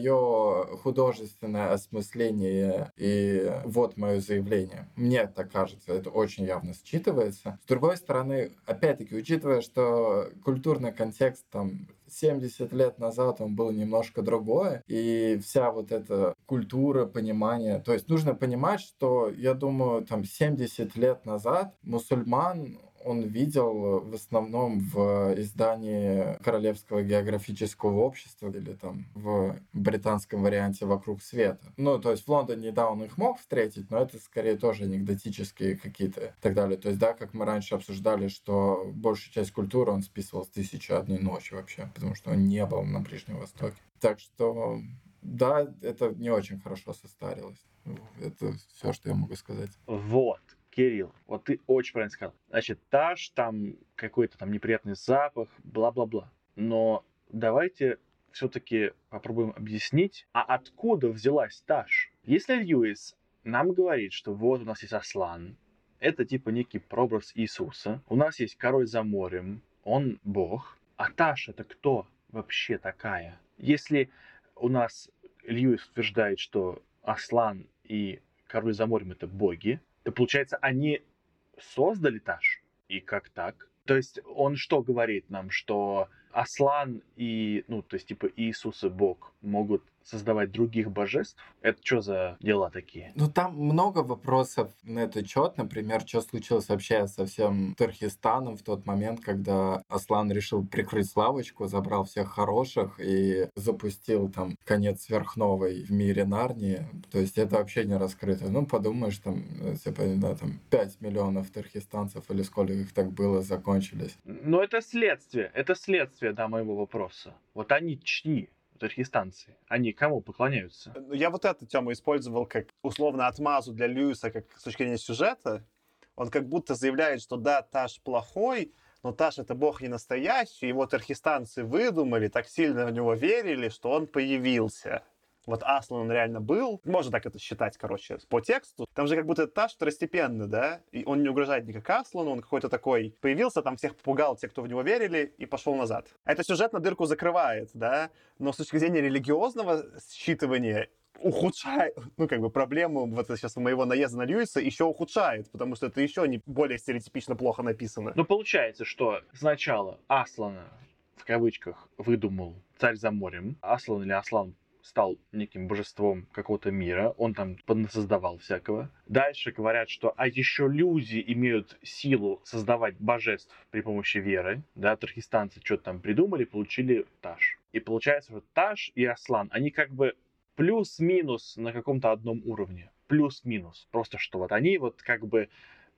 мое художественное осмысление, и вот мое заявление. Мне так кажется, это очень явно считывается. С другой стороны, опять-таки, учитывая, что культурный контекст там семьдесят лет назад он был немножко другой, и вся вот эта культура, понимание, то есть нужно понимать, что, я думаю, там семьдесят лет назад мусульман он видел в основном в издании Королевского географического общества или там в британском варианте «Вокруг света». Ну, то есть в Лондоне, да, он их мог встретить, но это скорее тоже анекдотические какие-то и так далее. То есть, да, как мы раньше обсуждали, что большую часть культуры он списывал с «Тысячи и одной ночи» вообще, потому что он не был на Ближнем Востоке. Так что, да, это не очень хорошо состарилось. Это все, что я могу сказать. Вот. Кирилл, вот ты очень правильно сказал. Значит, Таш, там какой-то там неприятный запах, бла-бла-бла. Но давайте все-таки попробуем объяснить, а откуда взялась Таш? Если Льюис нам говорит, что вот у нас есть Аслан, это типа некий прообраз Иисуса, у нас есть король за морем, он бог, а Таш это кто вообще такая? Если у нас Льюис утверждает, что Аслан и король за морем это боги, то получается, они создали Таш? И как так? То есть он что говорит нам, что Аслан и, ну, то есть типа Иисус и Бог могут создавать других божеств? Это что за дела такие? Ну, там много вопросов на этот счет. Например, что случилось вообще со всем Тархистаном в тот момент, когда Аслан решил прикрыть лавочку, забрал всех хороших и запустил там конец сверхновой в мире Нарнии. То есть это вообще не раскрыто. Ну, подумаешь, там, типа, да, там пять миллионов тархистанцев или сколько их так было, закончились. Но это следствие. Это следствие, да, моего вопроса. Вот они чьи? Тархистанцы. Они кому поклоняются? Я вот эту тему использовал как условно отмазу для Льюиса, как с точки зрения сюжета. Он как будто заявляет, что да, Таш плохой, но Таш это бог не настоящий, его тархистанцы выдумали, так сильно в него верили, что он появился. Вот Аслан он реально был. Можно так это считать, короче, по тексту. Там же как будто Таш второстепенный, да? И он не угрожает никак Аслану, он какой-то такой появился, там всех попугал, те, кто в него верили, и пошел назад. А это сюжетно дырку закрывает, да? Но с точки зрения религиозного считывания ухудшает, ну, как бы, проблему вот сейчас моего наезда на Льюиса еще ухудшает, потому что это еще не более стереотипично плохо написано. Ну, получается, что сначала Аслана, в кавычках, выдумал царь за морем. Аслан или Аслан стал неким божеством какого-то мира, он там поднасоздавал всякого. Дальше говорят, что а еще люди имеют силу создавать божеств при помощи веры, да, тархистанцы что-то там придумали, получили Таш. И получается, что Таш и Аслан, они как бы плюс-минус на каком-то одном уровне. Плюс-минус. Просто что вот они вот как бы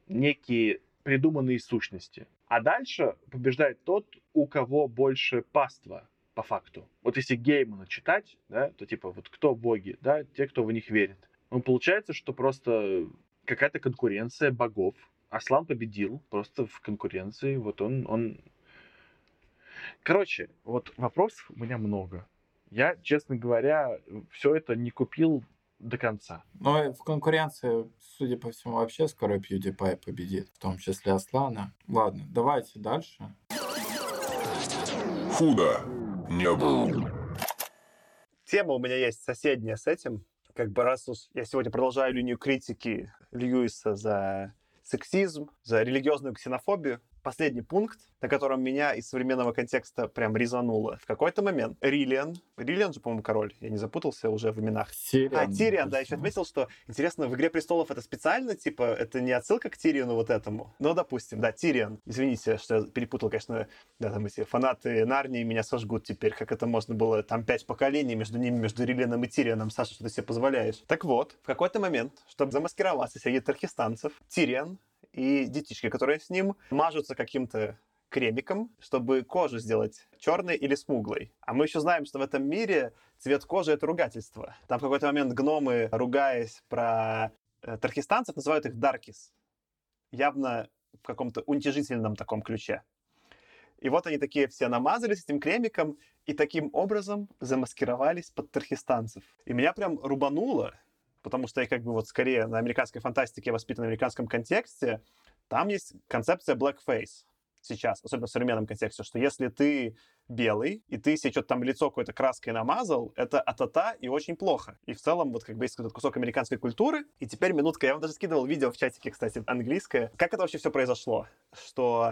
некие придуманные сущности. А дальше побеждает тот, у кого больше паства. По факту. Вот если Геймана читать, да, то типа вот кто боги, да, те, кто в них верит. Ну, получается, что просто какая-то конкуренция богов. Аслан победил просто в конкуренции. Вот он, он... Короче, вот вопросов у меня много. Я, честно говоря, все это не купил до конца. Ну, в конкуренции, судя по всему, вообще скоро PewDiePie победит, в том числе Аслана. Ладно, давайте дальше. Худо не было. Тема у меня есть соседняя с этим. Как бы раз уж я сегодня продолжаю линию критики Льюиса за сексизм, за религиозную ксенофобию, последний пункт, на котором меня из современного контекста прям резануло. В какой-то момент Риллиан, Риллиан же, по-моему, король, я не запутался уже в именах. Тириан. А, Тириан, да, еще отметил, что, интересно, в «Игре престолов» это специально, типа, это не отсылка к Тириону вот этому? Ну, допустим, да, Тириан. Извините, что я перепутал, конечно, да, там эти фанаты Нарнии меня сожгут теперь, как это можно было, там пять поколений между ними, между Риллианом и Тирионом. Саша, что ты себе позволяешь? Так вот, в какой-то момент, чтобы замаскироваться среди тархистанцев, Тириан и детишки, которые с ним, мажутся каким-то кремиком, чтобы кожу сделать черной или смуглой. А мы еще знаем, что в этом мире цвет кожи — это ругательство. Там в какой-то момент гномы, ругаясь про э, тархистанцев, называют их даркис. Явно в каком-то уничижительном таком ключе. И вот они такие все намазались этим кремиком и таким образом замаскировались под тархистанцев. И меня прям рубануло, потому что я как бы вот скорее на американской фантастике воспитан в американском контексте. Там есть концепция blackface сейчас, особенно в современном контексте, что если ты белый, и ты себе что-то там лицо какой-то краской намазал, это а-та-та и очень плохо. И в целом вот как бы есть этот кусок американской культуры. И теперь минутка, я вам даже скидывал видео в чатике, кстати, английское. Как это вообще все произошло? Что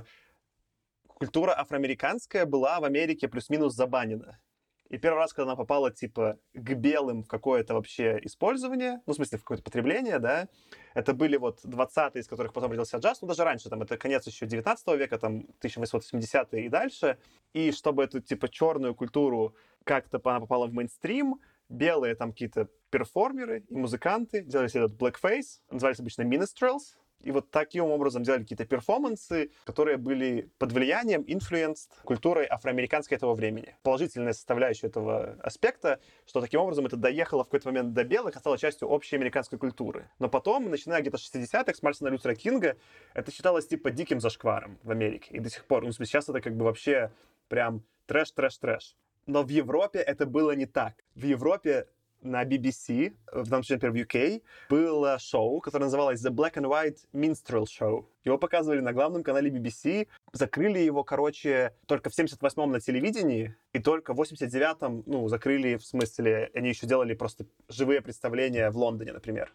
культура афроамериканская была в Америке плюс-минус забанена. И первый раз, когда она попала, типа, к белым в какое-то вообще использование, ну, в смысле, в какое-то потребление, да, это были вот двадцатые, из которых потом родился джаз, ну, даже раньше, там, это конец еще девятнадцатого века, там, тысяча восемьсот восьмидесятые и дальше. И чтобы эту, типа, черную культуру как-то она попала в мейнстрим, белые там какие-то перформеры и музыканты делали себе этот blackface, назывались обычно minstrels. И вот таким образом делали какие-то перформансы, которые были под влиянием, influenced культурой афроамериканской этого времени. Положительная составляющая этого аспекта, что таким образом это доехало в какой-то момент до белых, а стало частью общей американской культуры. Но потом, начиная где-то с шестидесятых, с Мартина Лютера Кинга, это считалось типа диким зашкваром в Америке. И до сих пор, ну, сейчас это как бы вообще прям трэш-трэш-трэш. Но в Европе это было не так. В Европе на би би си, в данном случае, например, в ю кей, было шоу, которое называлось The Black and White Minstrel Show. Его показывали на главном канале би би си. Закрыли его, короче, только в семьдесят восьмом на телевидении, и только в восемьдесят девятом, ну, закрыли, в смысле, они еще делали просто живые представления в Лондоне, например.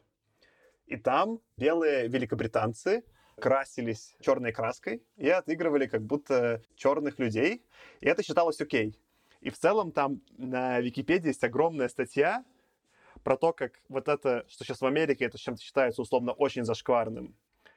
И там белые великобританцы красились черной краской и отыгрывали как будто черных людей, и это считалось окей. И в целом там на Википедии есть огромная статья про то, как вот это, что сейчас в Америке, это чем-то считается условно очень зашкварным.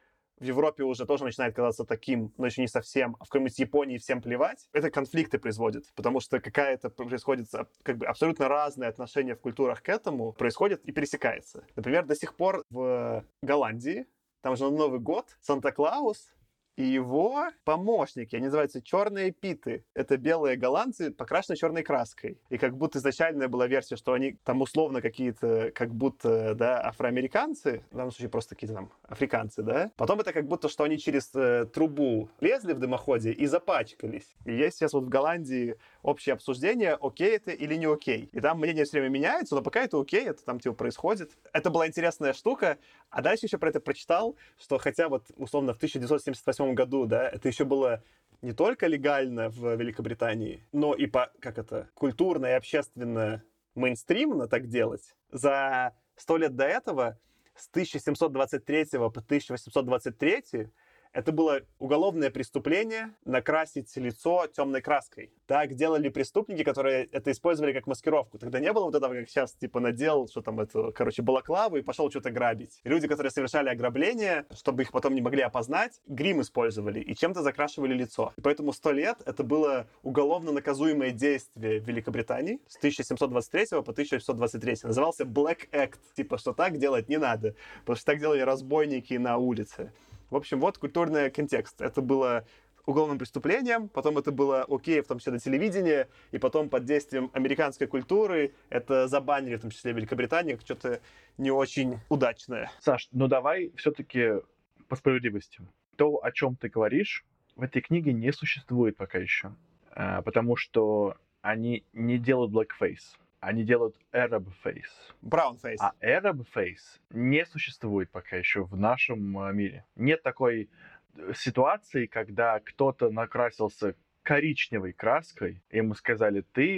В Европе уже тоже начинает казаться таким, но еще не совсем. А в какой-нибудь Японии всем плевать. Это конфликты производит, потому что какая-то происходит как бы абсолютно разное отношение в культурах к этому происходит и пересекается. Например, до сих пор в Голландии, там же на Новый год, Санта-Клаус и его помощники, они называются черные питы. Это белые голландцы, покрашенные черной краской. И как будто изначальная была версия, что они там условно какие-то, как будто, да, афроамериканцы, в данном случае просто какие-то там африканцы, да. Потом это как будто, что они через э, трубу лезли в дымоходе и запачкались. И есть сейчас вот в Голландии общее обсуждение, окей это или не окей. И там мнения все время меняются, но пока это окей, это там типа происходит. Это была интересная штука. А дальше еще про это прочитал, что хотя вот условно в тысяча девятьсот семьдесят восьмом году, да, это еще было не только легально в Великобритании, но и по, как это, культурно и общественно мейнстримно так делать. За сто лет до этого, с тысяча семьсот двадцать третьего по тысяча восемьсот двадцать третий, это было уголовное преступление накрасить лицо темной краской. Так делали преступники, которые это использовали как маскировку. Тогда не было вот этого, как сейчас, типа, надел, что там, это, короче, балаклаву и пошел что-то грабить. И люди, которые совершали ограбление, чтобы их потом не могли опознать, грим использовали и чем-то закрашивали лицо. И поэтому сто лет это было уголовно наказуемое действие в Великобритании с тысяча семьсот двадцать третьего по тысяча шестьсот двадцать третий. Назывался Black Act. Типа, что так делать не надо, потому что так делали разбойники на улице. В общем, вот культурный контекст. Это было уголовным преступлением, потом это было окей, в том числе на телевидении, и потом под действием американской культуры это забанили, в том числе в Великобритании, как что-то не очень удачное. Саш, ну давай все-таки по справедливости. То, о чем ты говоришь, в этой книге не существует пока еще, потому что они не делают blackface. Они делают Arab face. Brown face. А Arab face не существует пока еще в нашем мире. Нет такой ситуации, когда кто-то накрасился коричневой краской, и ему сказали, ты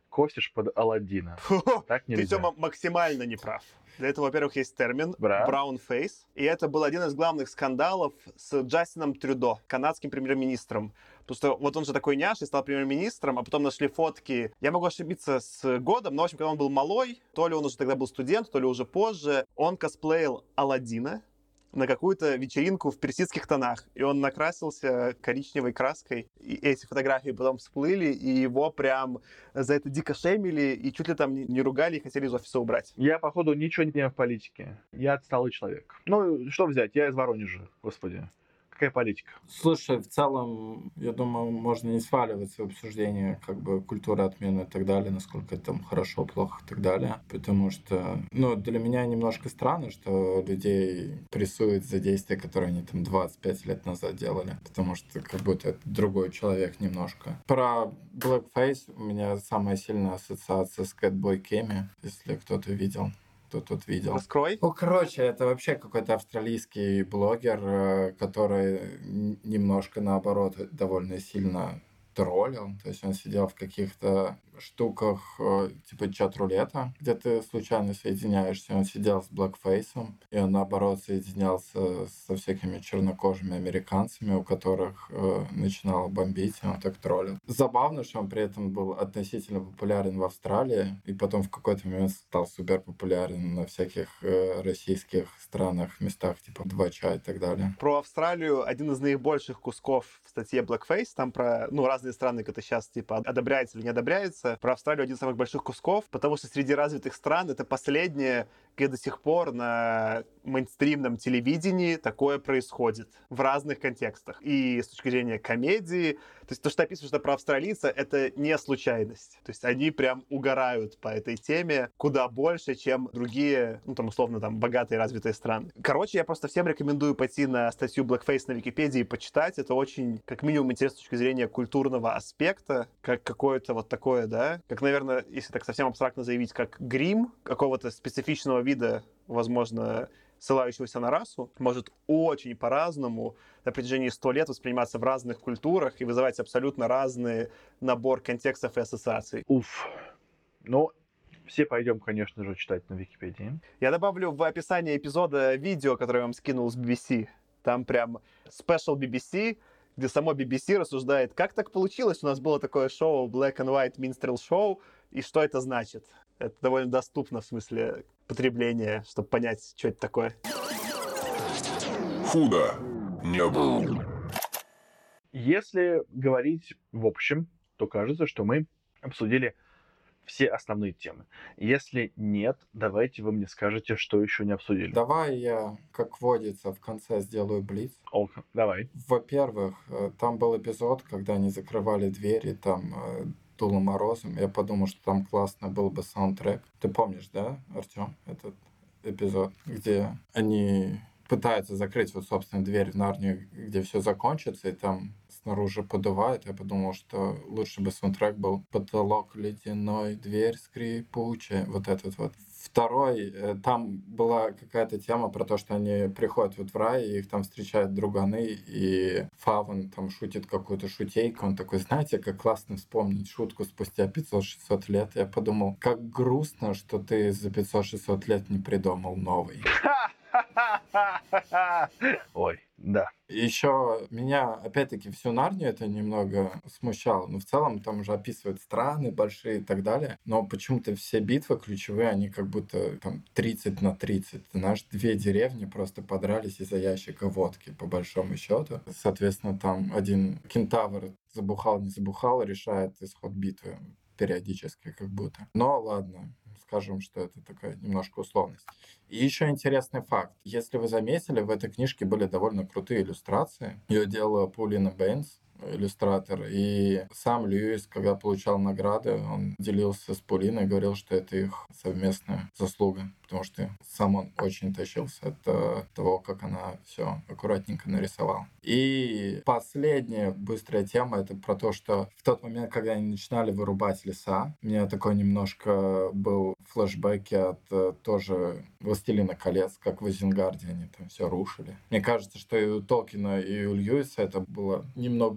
косишь под Аладдина. Так Ты, нельзя. Тёма, максимально неправ. Для этого, во-первых, есть термин Бра. brown face, и это был один из главных скандалов с Джастином Трюдо, канадским премьер-министром. Потому что вот он же такой няш и стал премьер-министром, а потом нашли фотки. Я могу ошибиться с годом, но, в общем, когда он был малой, то ли он уже тогда был студент, то ли уже позже, он косплеил Аладдина на какую-то вечеринку в персидских тонах. И он накрасился коричневой краской. И эти фотографии потом всплыли, и его прям за это дико шеймили, и чуть ли там не, не ругали, и хотели из офиса убрать. Я, походу, ничего не понимаю в политике. Я отсталый человек. Ну, что взять? Я из Воронежа, господи. Какая политика? Слушай, в целом, я думаю, можно не сваливаться в обсуждение как бы культуры отмены и так далее, насколько это там хорошо, плохо и так далее. Потому что, ну, для меня немножко странно, что людей прессуют за действия, которые они там двадцать пять лет назад делали. Потому что как будто это другой человек немножко. Про Blackface у меня самая сильная ассоциация с Catboy Kemi, если кто-то видел. Кто тут видел. Раскрой. Ну, короче, это вообще какой-то австралийский блогер, э, который н- немножко, наоборот, довольно сильно троллил. То есть он сидел в каких-то штуках э, типа чат-рулета, где ты случайно соединяешься. Он сидел с блэкфейсом, и он, наоборот, соединялся со всякими чернокожими американцами, у которых э, начинало бомбить, и он так троллил. Забавно, что он при этом был относительно популярен в Австралии, и потом в какой-то момент стал супер популярен на всяких э, российских странах, местах типа два ча и так далее. Про Австралию один из наибольших кусков в статье Blackface, там про, ну, разные страны, как это сейчас, типа, одобряется или не одобряется. Про Австралию один из самых больших кусков, потому что среди развитых стран это последнее, где до сих пор на мейнстримном телевидении такое происходит в разных контекстах. И с точки зрения комедии, то есть то, что описываешь про австралийца, это не случайность. То есть они прям угорают по этой теме куда больше, чем другие, ну там условно там богатые развитые страны. Короче, я просто всем рекомендую пойти на статью Blackface на Википедии и почитать. Это очень, как минимум, интересно с точки зрения культурного аспекта, как какое-то вот такое, да, как, наверное, если так совсем абстрактно заявить, как грим какого-то специфичного вида, возможно, ссылающегося на расу, может очень по-разному на протяжении сто лет восприниматься в разных культурах и вызывать абсолютно разный набор контекстов и ассоциаций. Уф. Ну, все пойдем, конечно же, читать на Википедии. Я добавлю в описание эпизода видео, которое я вам скинул с би би си. Там прям спешл би би си, где само би би си рассуждает, как так получилось, у нас было такое шоу Black and White Minstrel Show, и что это значит. Это довольно доступно в смысле потребления, чтобы понять, что это такое. Худо не было. Если говорить в общем, то кажется, что мы обсудили все основные темы. Если нет, давайте вы мне скажете, что еще не обсудили. Давай я, как водится, в конце сделаю блиц. О, давай. Во-первых, э, там был эпизод, когда они закрывали двери, там э, дуло морозом. Я подумал, что там классно был бы саундтрек. Ты помнишь, да, Артём, этот эпизод, где они пытаются закрыть вот, собственно, дверь в Нарнию, где все закончится, и там снаружи подувает. Я подумал, что лучше бы саундтрек был «Потолок ледяной, дверь скрипучая». Вот этот вот. Второй, э, там была какая-то тема про то, что они приходят вот в рай, и их там встречают друганы, и Фавн там шутит какую-то шутейку. Он такой, знаете, как классно вспомнить шутку спустя пятьсот-шестьсот лет. Я подумал, как грустно, что ты за пятьсот-шестьсот лет не придумал новый. Ой, да. Еще меня, опять-таки, всю Нарнию это немного смущало. Но в целом там уже описывают страны большие и так далее. Но почему-то все битвы ключевые, они как будто там тридцать на тридцать. Ты знаешь, две деревни просто подрались из-за ящика водки, по большому счету. Соответственно, там один кентавр забухал, не забухал, решает исход битвы периодически как будто. Но ладно, скажем, что это такая немножко условность. И еще интересный факт. Если вы заметили, в этой книжке были довольно крутые иллюстрации. Ее делала Паулина Бэйнс, иллюстратор. И сам Льюис, когда получал награды, он делился с Паулиной и говорил, что это их совместная заслуга. Потому что сам он очень тащился от того, как она все аккуратненько нарисовала. И последняя быстрая тема — это про то, что в тот момент, когда они начинали вырубать леса, у меня такой немножко был флешбеки от э, тоже «Властелина колец», как в Изенгарде они там все рушили. Мне кажется, что и у Толкина, и у Льюиса это было немного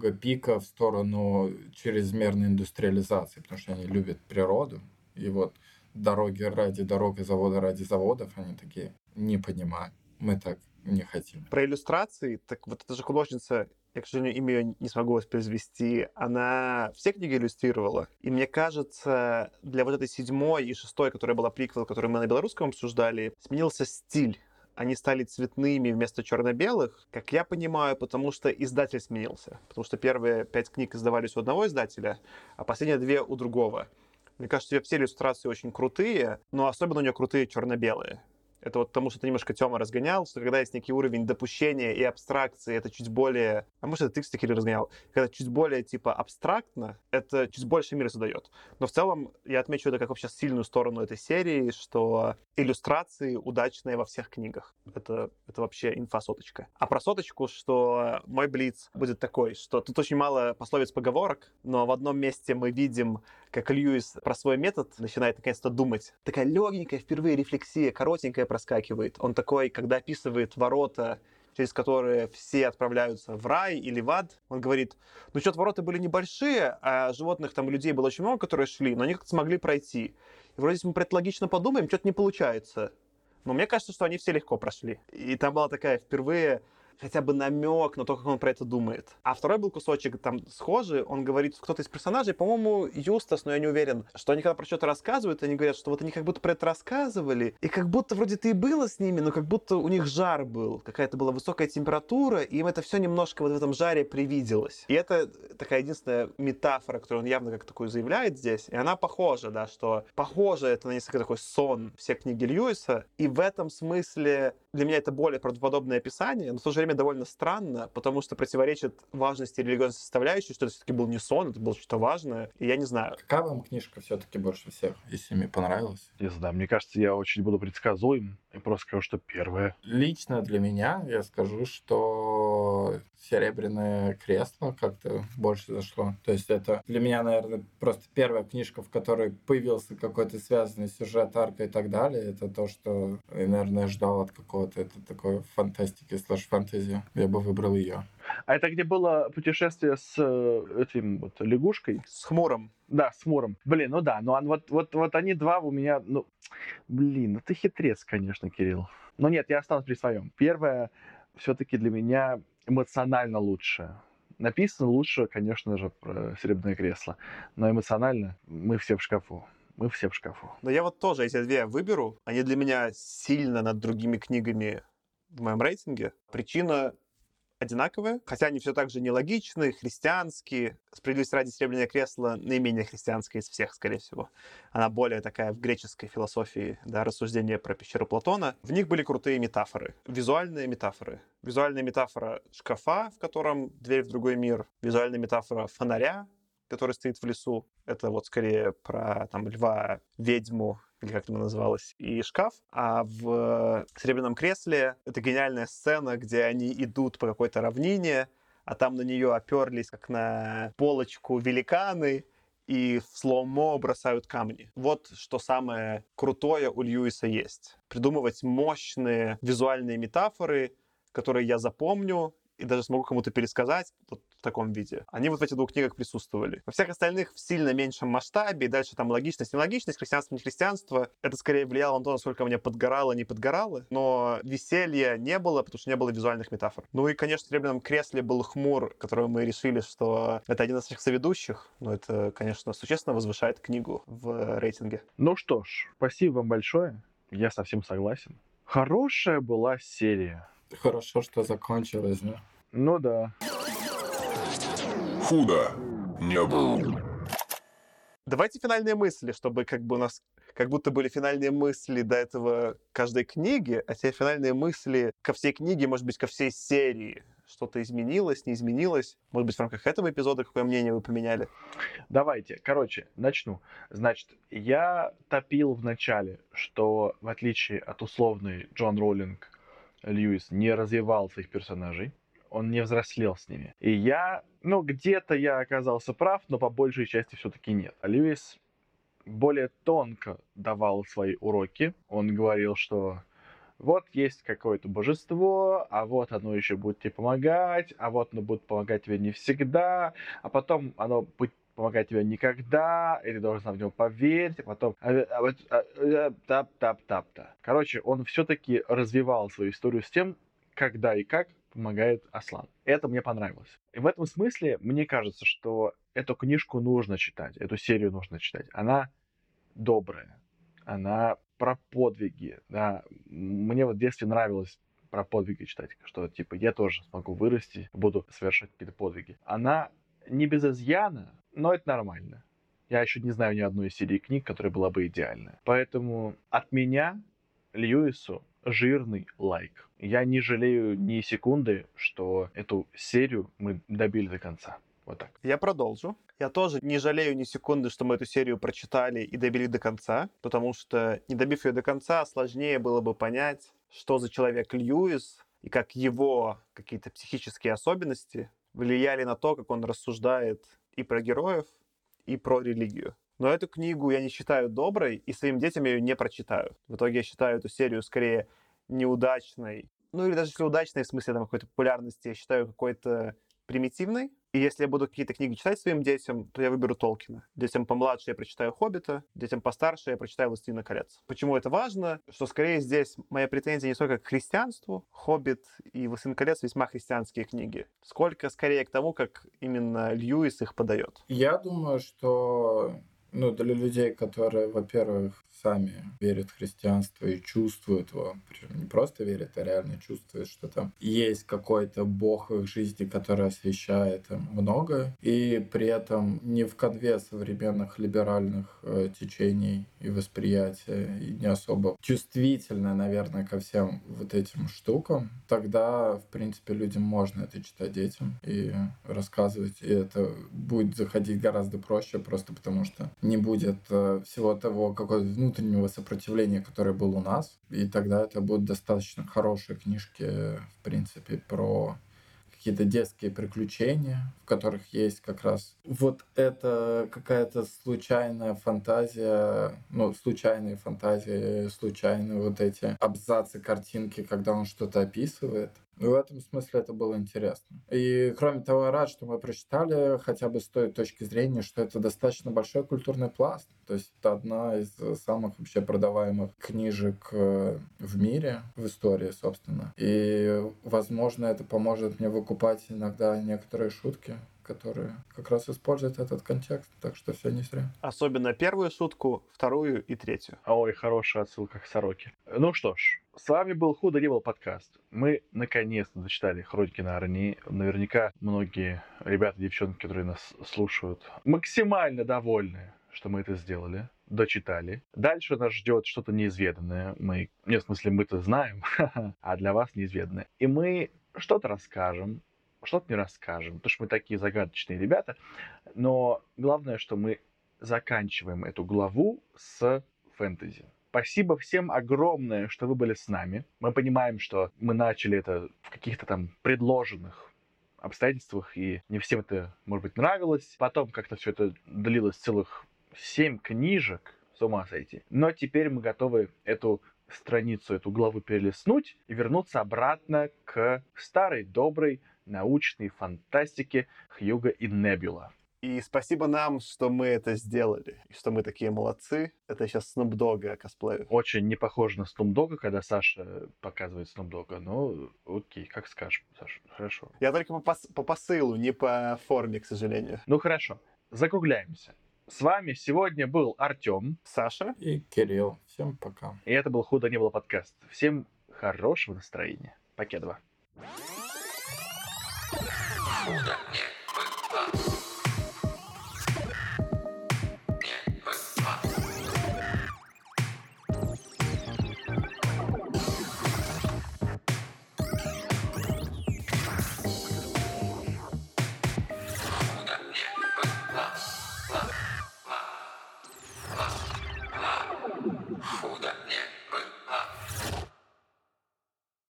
бы пика в сторону чрезмерной индустриализации, потому что они любят природу. И вот дороги ради дорог и заводы ради заводов, они такие, не понимаем, мы так не хотим. Про иллюстрации, так вот эта же художница, я, к сожалению, имя ее не смогу воспроизвести, она все книги иллюстрировала. И мне кажется, для вот этой седьмой и шестой, которая была приквел, которую мы на белорусском обсуждали, сменился стиль. Они стали цветными вместо черно-белых, как я понимаю, потому что издатель сменился. Потому что первые пять книг издавались у одного издателя, а последние две у другого. Мне кажется, ее все иллюстрации очень крутые, но особенно у нее крутые черно-белые. Это вот потому, что ты немножко, Тёма, разгонял, что когда есть некий уровень допущения и абстракции, это чуть более... А может, это ты, кстати, Кирилл, разгонял? Когда чуть более, типа, абстрактно, это чуть больше мира создает. Но в целом я отмечу это как вообще сильную сторону этой серии, что иллюстрации удачные во всех книгах. Это, это вообще инфа-соточка. А про соточку, что мой блиц будет такой, что тут очень мало пословиц-поговорок, но в одном месте мы видим, как Льюис про свой метод начинает наконец-то думать. Такая легенькая впервые рефлексия, коротенькая проскакивает. Он такой, когда описывает ворота, через которые все отправляются в рай или в ад, он говорит, ну что-то ворота были небольшие, а животных там и людей было очень много, которые шли, но они как-то смогли пройти. И вроде, если мы про это логично подумаем, что-то не получается. Но мне кажется, что они все легко прошли. И там была такая впервые хотя бы намек на то, как он про это думает. А второй был кусочек там схожий, он говорит, кто-то из персонажей, по-моему, Юстас, но я не уверен, что они когда про что-то рассказывают, они говорят, что вот они как будто про это рассказывали, и как будто вроде ты и было с ними, но как будто у них жар был, какая-то была высокая температура, и им это все немножко вот в этом жаре привиделось. И это такая единственная метафора, которую он явно как такую заявляет здесь, и она похожа, да, что похоже это на несколько такой сон все книги Льюиса, и в этом смысле для меня это более правдоподобное описание, но в то же время довольно странно, потому что противоречит важности религиозной составляющей, что это все-таки был не сон, это было что-то важное, и я не знаю. Какая вам книжка все-таки больше всех, если мне понравилась? Не знаю, мне кажется, я очень буду предсказуем и просто скажу, что первое. Лично для меня я скажу, что «Серебряное кресло» как-то больше зашло. То есть это для меня, наверное, просто первая книжка, в которой появился какой-то связанный сюжет, арка и так далее. Это то, что я, наверное, ждал от какого-то это такой фантастики слэш-фэнтези. Я бы выбрал ее. А это где было путешествие с э, этим вот лягушкой? С Хмуром. Да, с Муром. Блин, ну да, ну он, вот, вот, вот они два у меня, ну, блин, ну ты хитрец, конечно, Кирилл. Но нет, я останусь при своем. Первое, все-таки для меня эмоционально лучше. Написано лучше, конечно же, про «Серебряное кресло», но эмоционально мы все в шкафу. Мы все в шкафу. Но я вот тоже эти две выберу. Они для меня сильно над другими книгами в моем рейтинге. Причина одинаковые, хотя они все так же нелогичны, христианские. «Справедливость ради» «Серебряное кресло» наименее христианское из всех, скорее всего. Она более такая в греческой философии, да, рассуждения про пещеру Платона. В них были крутые метафоры, визуальные метафоры. Визуальная метафора шкафа, в котором дверь в другой мир. Визуальная метафора фонаря, который стоит в лесу. Это вот скорее про там льва, ведьму, или как это называлось, и шкаф. А в «Серебряном кресле» это гениальная сцена, где они идут по какой-то равнине, а там на нее оперлись, как на полочку, великаны, и в слоумо бросают камни. Вот что самое крутое у Льюиса есть. Придумывать мощные визуальные метафоры, которые я запомню, и даже смогу кому-то пересказать вот в таком виде. Они вот в этих двух книгах присутствовали. Во всех остальных в сильно меньшем масштабе, и дальше там логичность, нелогичность, христианство, не христианство. Это скорее влияло на то, насколько мне подгорало, не подгорало. Но веселья не было, потому что не было визуальных метафор. Ну и, конечно, в «Серебряном кресле» был Хмур, которого мы решили, что это один из наших соведущих. Но это, конечно, существенно возвышает книгу в рейтинге. Ну что ж, спасибо вам большое. Я совсем согласен. Хорошая была серия. Хорошо, что закончилось, да? Ну да. Худо не было. Давайте финальные мысли, чтобы как бы у нас как будто были финальные мысли до этого каждой книги, а теперь финальные мысли ко всей книге, может быть, ко всей серии. Что-то изменилось, не изменилось? Может быть, в рамках этого эпизода какое мнение вы поменяли? Давайте, короче, начну. Значит, я топил в начале, что в отличие от условной Джон Роулинг, Льюис не развивал своих персонажей, он не взрослел с ними. И я, ну, где-то я оказался прав, но по большей части все-таки нет. А Льюис более тонко давал свои уроки. Он говорил, что Вот есть какое-то божество, а вот оно еще будет тебе помогать, а вот оно будет помогать тебе не всегда, а потом оно будет помогать тебе никогда, и ты должен в него поверить, а потом... Тап-тап-тап-та. Короче, он все-таки развивал свою историю с тем, когда и как помогает Аслан. Это мне понравилось. И в этом смысле мне кажется, что эту книжку нужно читать, эту серию нужно читать. Она добрая, она про подвиги. Да. Мне вот в детстве нравилось про подвиги читать, что типа я тоже смогу вырасти, буду совершать какие-то подвиги. Она не без изъяна, но это нормально. Я еще не знаю ни одной серии книг, которая была бы идеальная. Поэтому от меня Льюису жирный лайк. Я не жалею ни секунды, что эту серию мы добили до конца. Вот так. Я продолжу. Я тоже не жалею ни секунды, что мы эту серию прочитали и добили до конца, потому что, не добив ее до конца, сложнее было бы понять, что за человек Льюис и как его какие-то психические особенности влияли на то, как он рассуждает и про героев, и про религию. Но эту книгу я не считаю доброй, и своим детям я ее не прочитаю. В итоге я считаю эту серию скорее неудачной. Ну или даже если удачной, в смысле там, какой-то популярности, я считаю какой-то примитивной. И если я буду какие-то книги читать своим детям, то я выберу Толкина. Детям помладше я прочитаю «Хоббита», детям постарше я прочитаю «Властелина колец». Почему это важно? Что скорее здесь моя претензия не столько к христианству, «Хоббит» и «Властелин колец» весьма христианские книги, сколько скорее к тому, как именно Льюис их подает. Я думаю, что ну, для людей, которые, во-первых, сами верят в христианство и чувствуют его, причем не просто верят, а реально чувствуют, что там есть какой-то бог в их жизни, который освещает им многое, и при этом не в конве современных либеральных э, течений и восприятия, и не особо чувствительно, наверное, ко всем вот этим штукам, тогда, в принципе, людям можно это читать детям и рассказывать, и это будет заходить гораздо проще, просто потому что не будет э, всего того какого-то внутреннего сопротивления, которое было у нас, и тогда это будут достаточно хорошие книжки, в принципе, про какие-то детские приключения, в которых есть как раз вот это какая-то случайная фантазия, ну, случайные фантазии, случайные вот эти абзацы, картинки, когда он что-то описывает. И в этом смысле это было интересно. И, кроме того, я рад, что мы прочитали хотя бы с той точки зрения, что это достаточно большой культурный пласт. То есть это одна из самых вообще продаваемых книжек в мире, в истории, собственно. И, возможно, это поможет мне выкупать иногда некоторые шутки, которые как раз используют этот контекст. Так что все не зря. Особенно первую шутку, вторую и третью. Ой, хорошая отсылка к Сороке. Ну что ж, с вами был «Худо не было» подкаст. Мы наконец-то зачитали «Хроники Нарнии». Наверняка многие ребята и девчонки, которые нас слушают, максимально довольны, что мы это сделали, дочитали. Дальше нас ждет что-то неизведанное. Мы, нет, в смысле, мы-то знаем, а для вас неизведанное. И мы что-то расскажем, что-то не расскажем, потому что мы такие загадочные ребята. Но главное, что мы заканчиваем эту главу с фэнтези. Спасибо всем огромное, что вы были с нами. Мы понимаем, что мы начали это в каких-то там предложенных обстоятельствах, и не всем это, может быть, нравилось. Потом как-то все это длилось целых семь книжек, с ума сойти. Но теперь мы готовы эту страницу, эту главу перелистнуть и вернуться обратно к старой доброй научной фантастике Хьюга и Небюла. И спасибо нам, что мы это сделали, и что мы такие молодцы. Это сейчас Snoop Dogg косплею. Очень не похоже на Snoop Dogg, когда Саша показывает Snoop Dogg. Ну, окей, как скажешь, Саша, хорошо. Я только по, пос- по посылу, не по форме, к сожалению. Ну, хорошо, закругляемся. С вами сегодня был Артём, Саша и Кирилл. Всем пока. И это был «Худо не было» подкаст. Всем хорошего настроения. Покедова. Худо не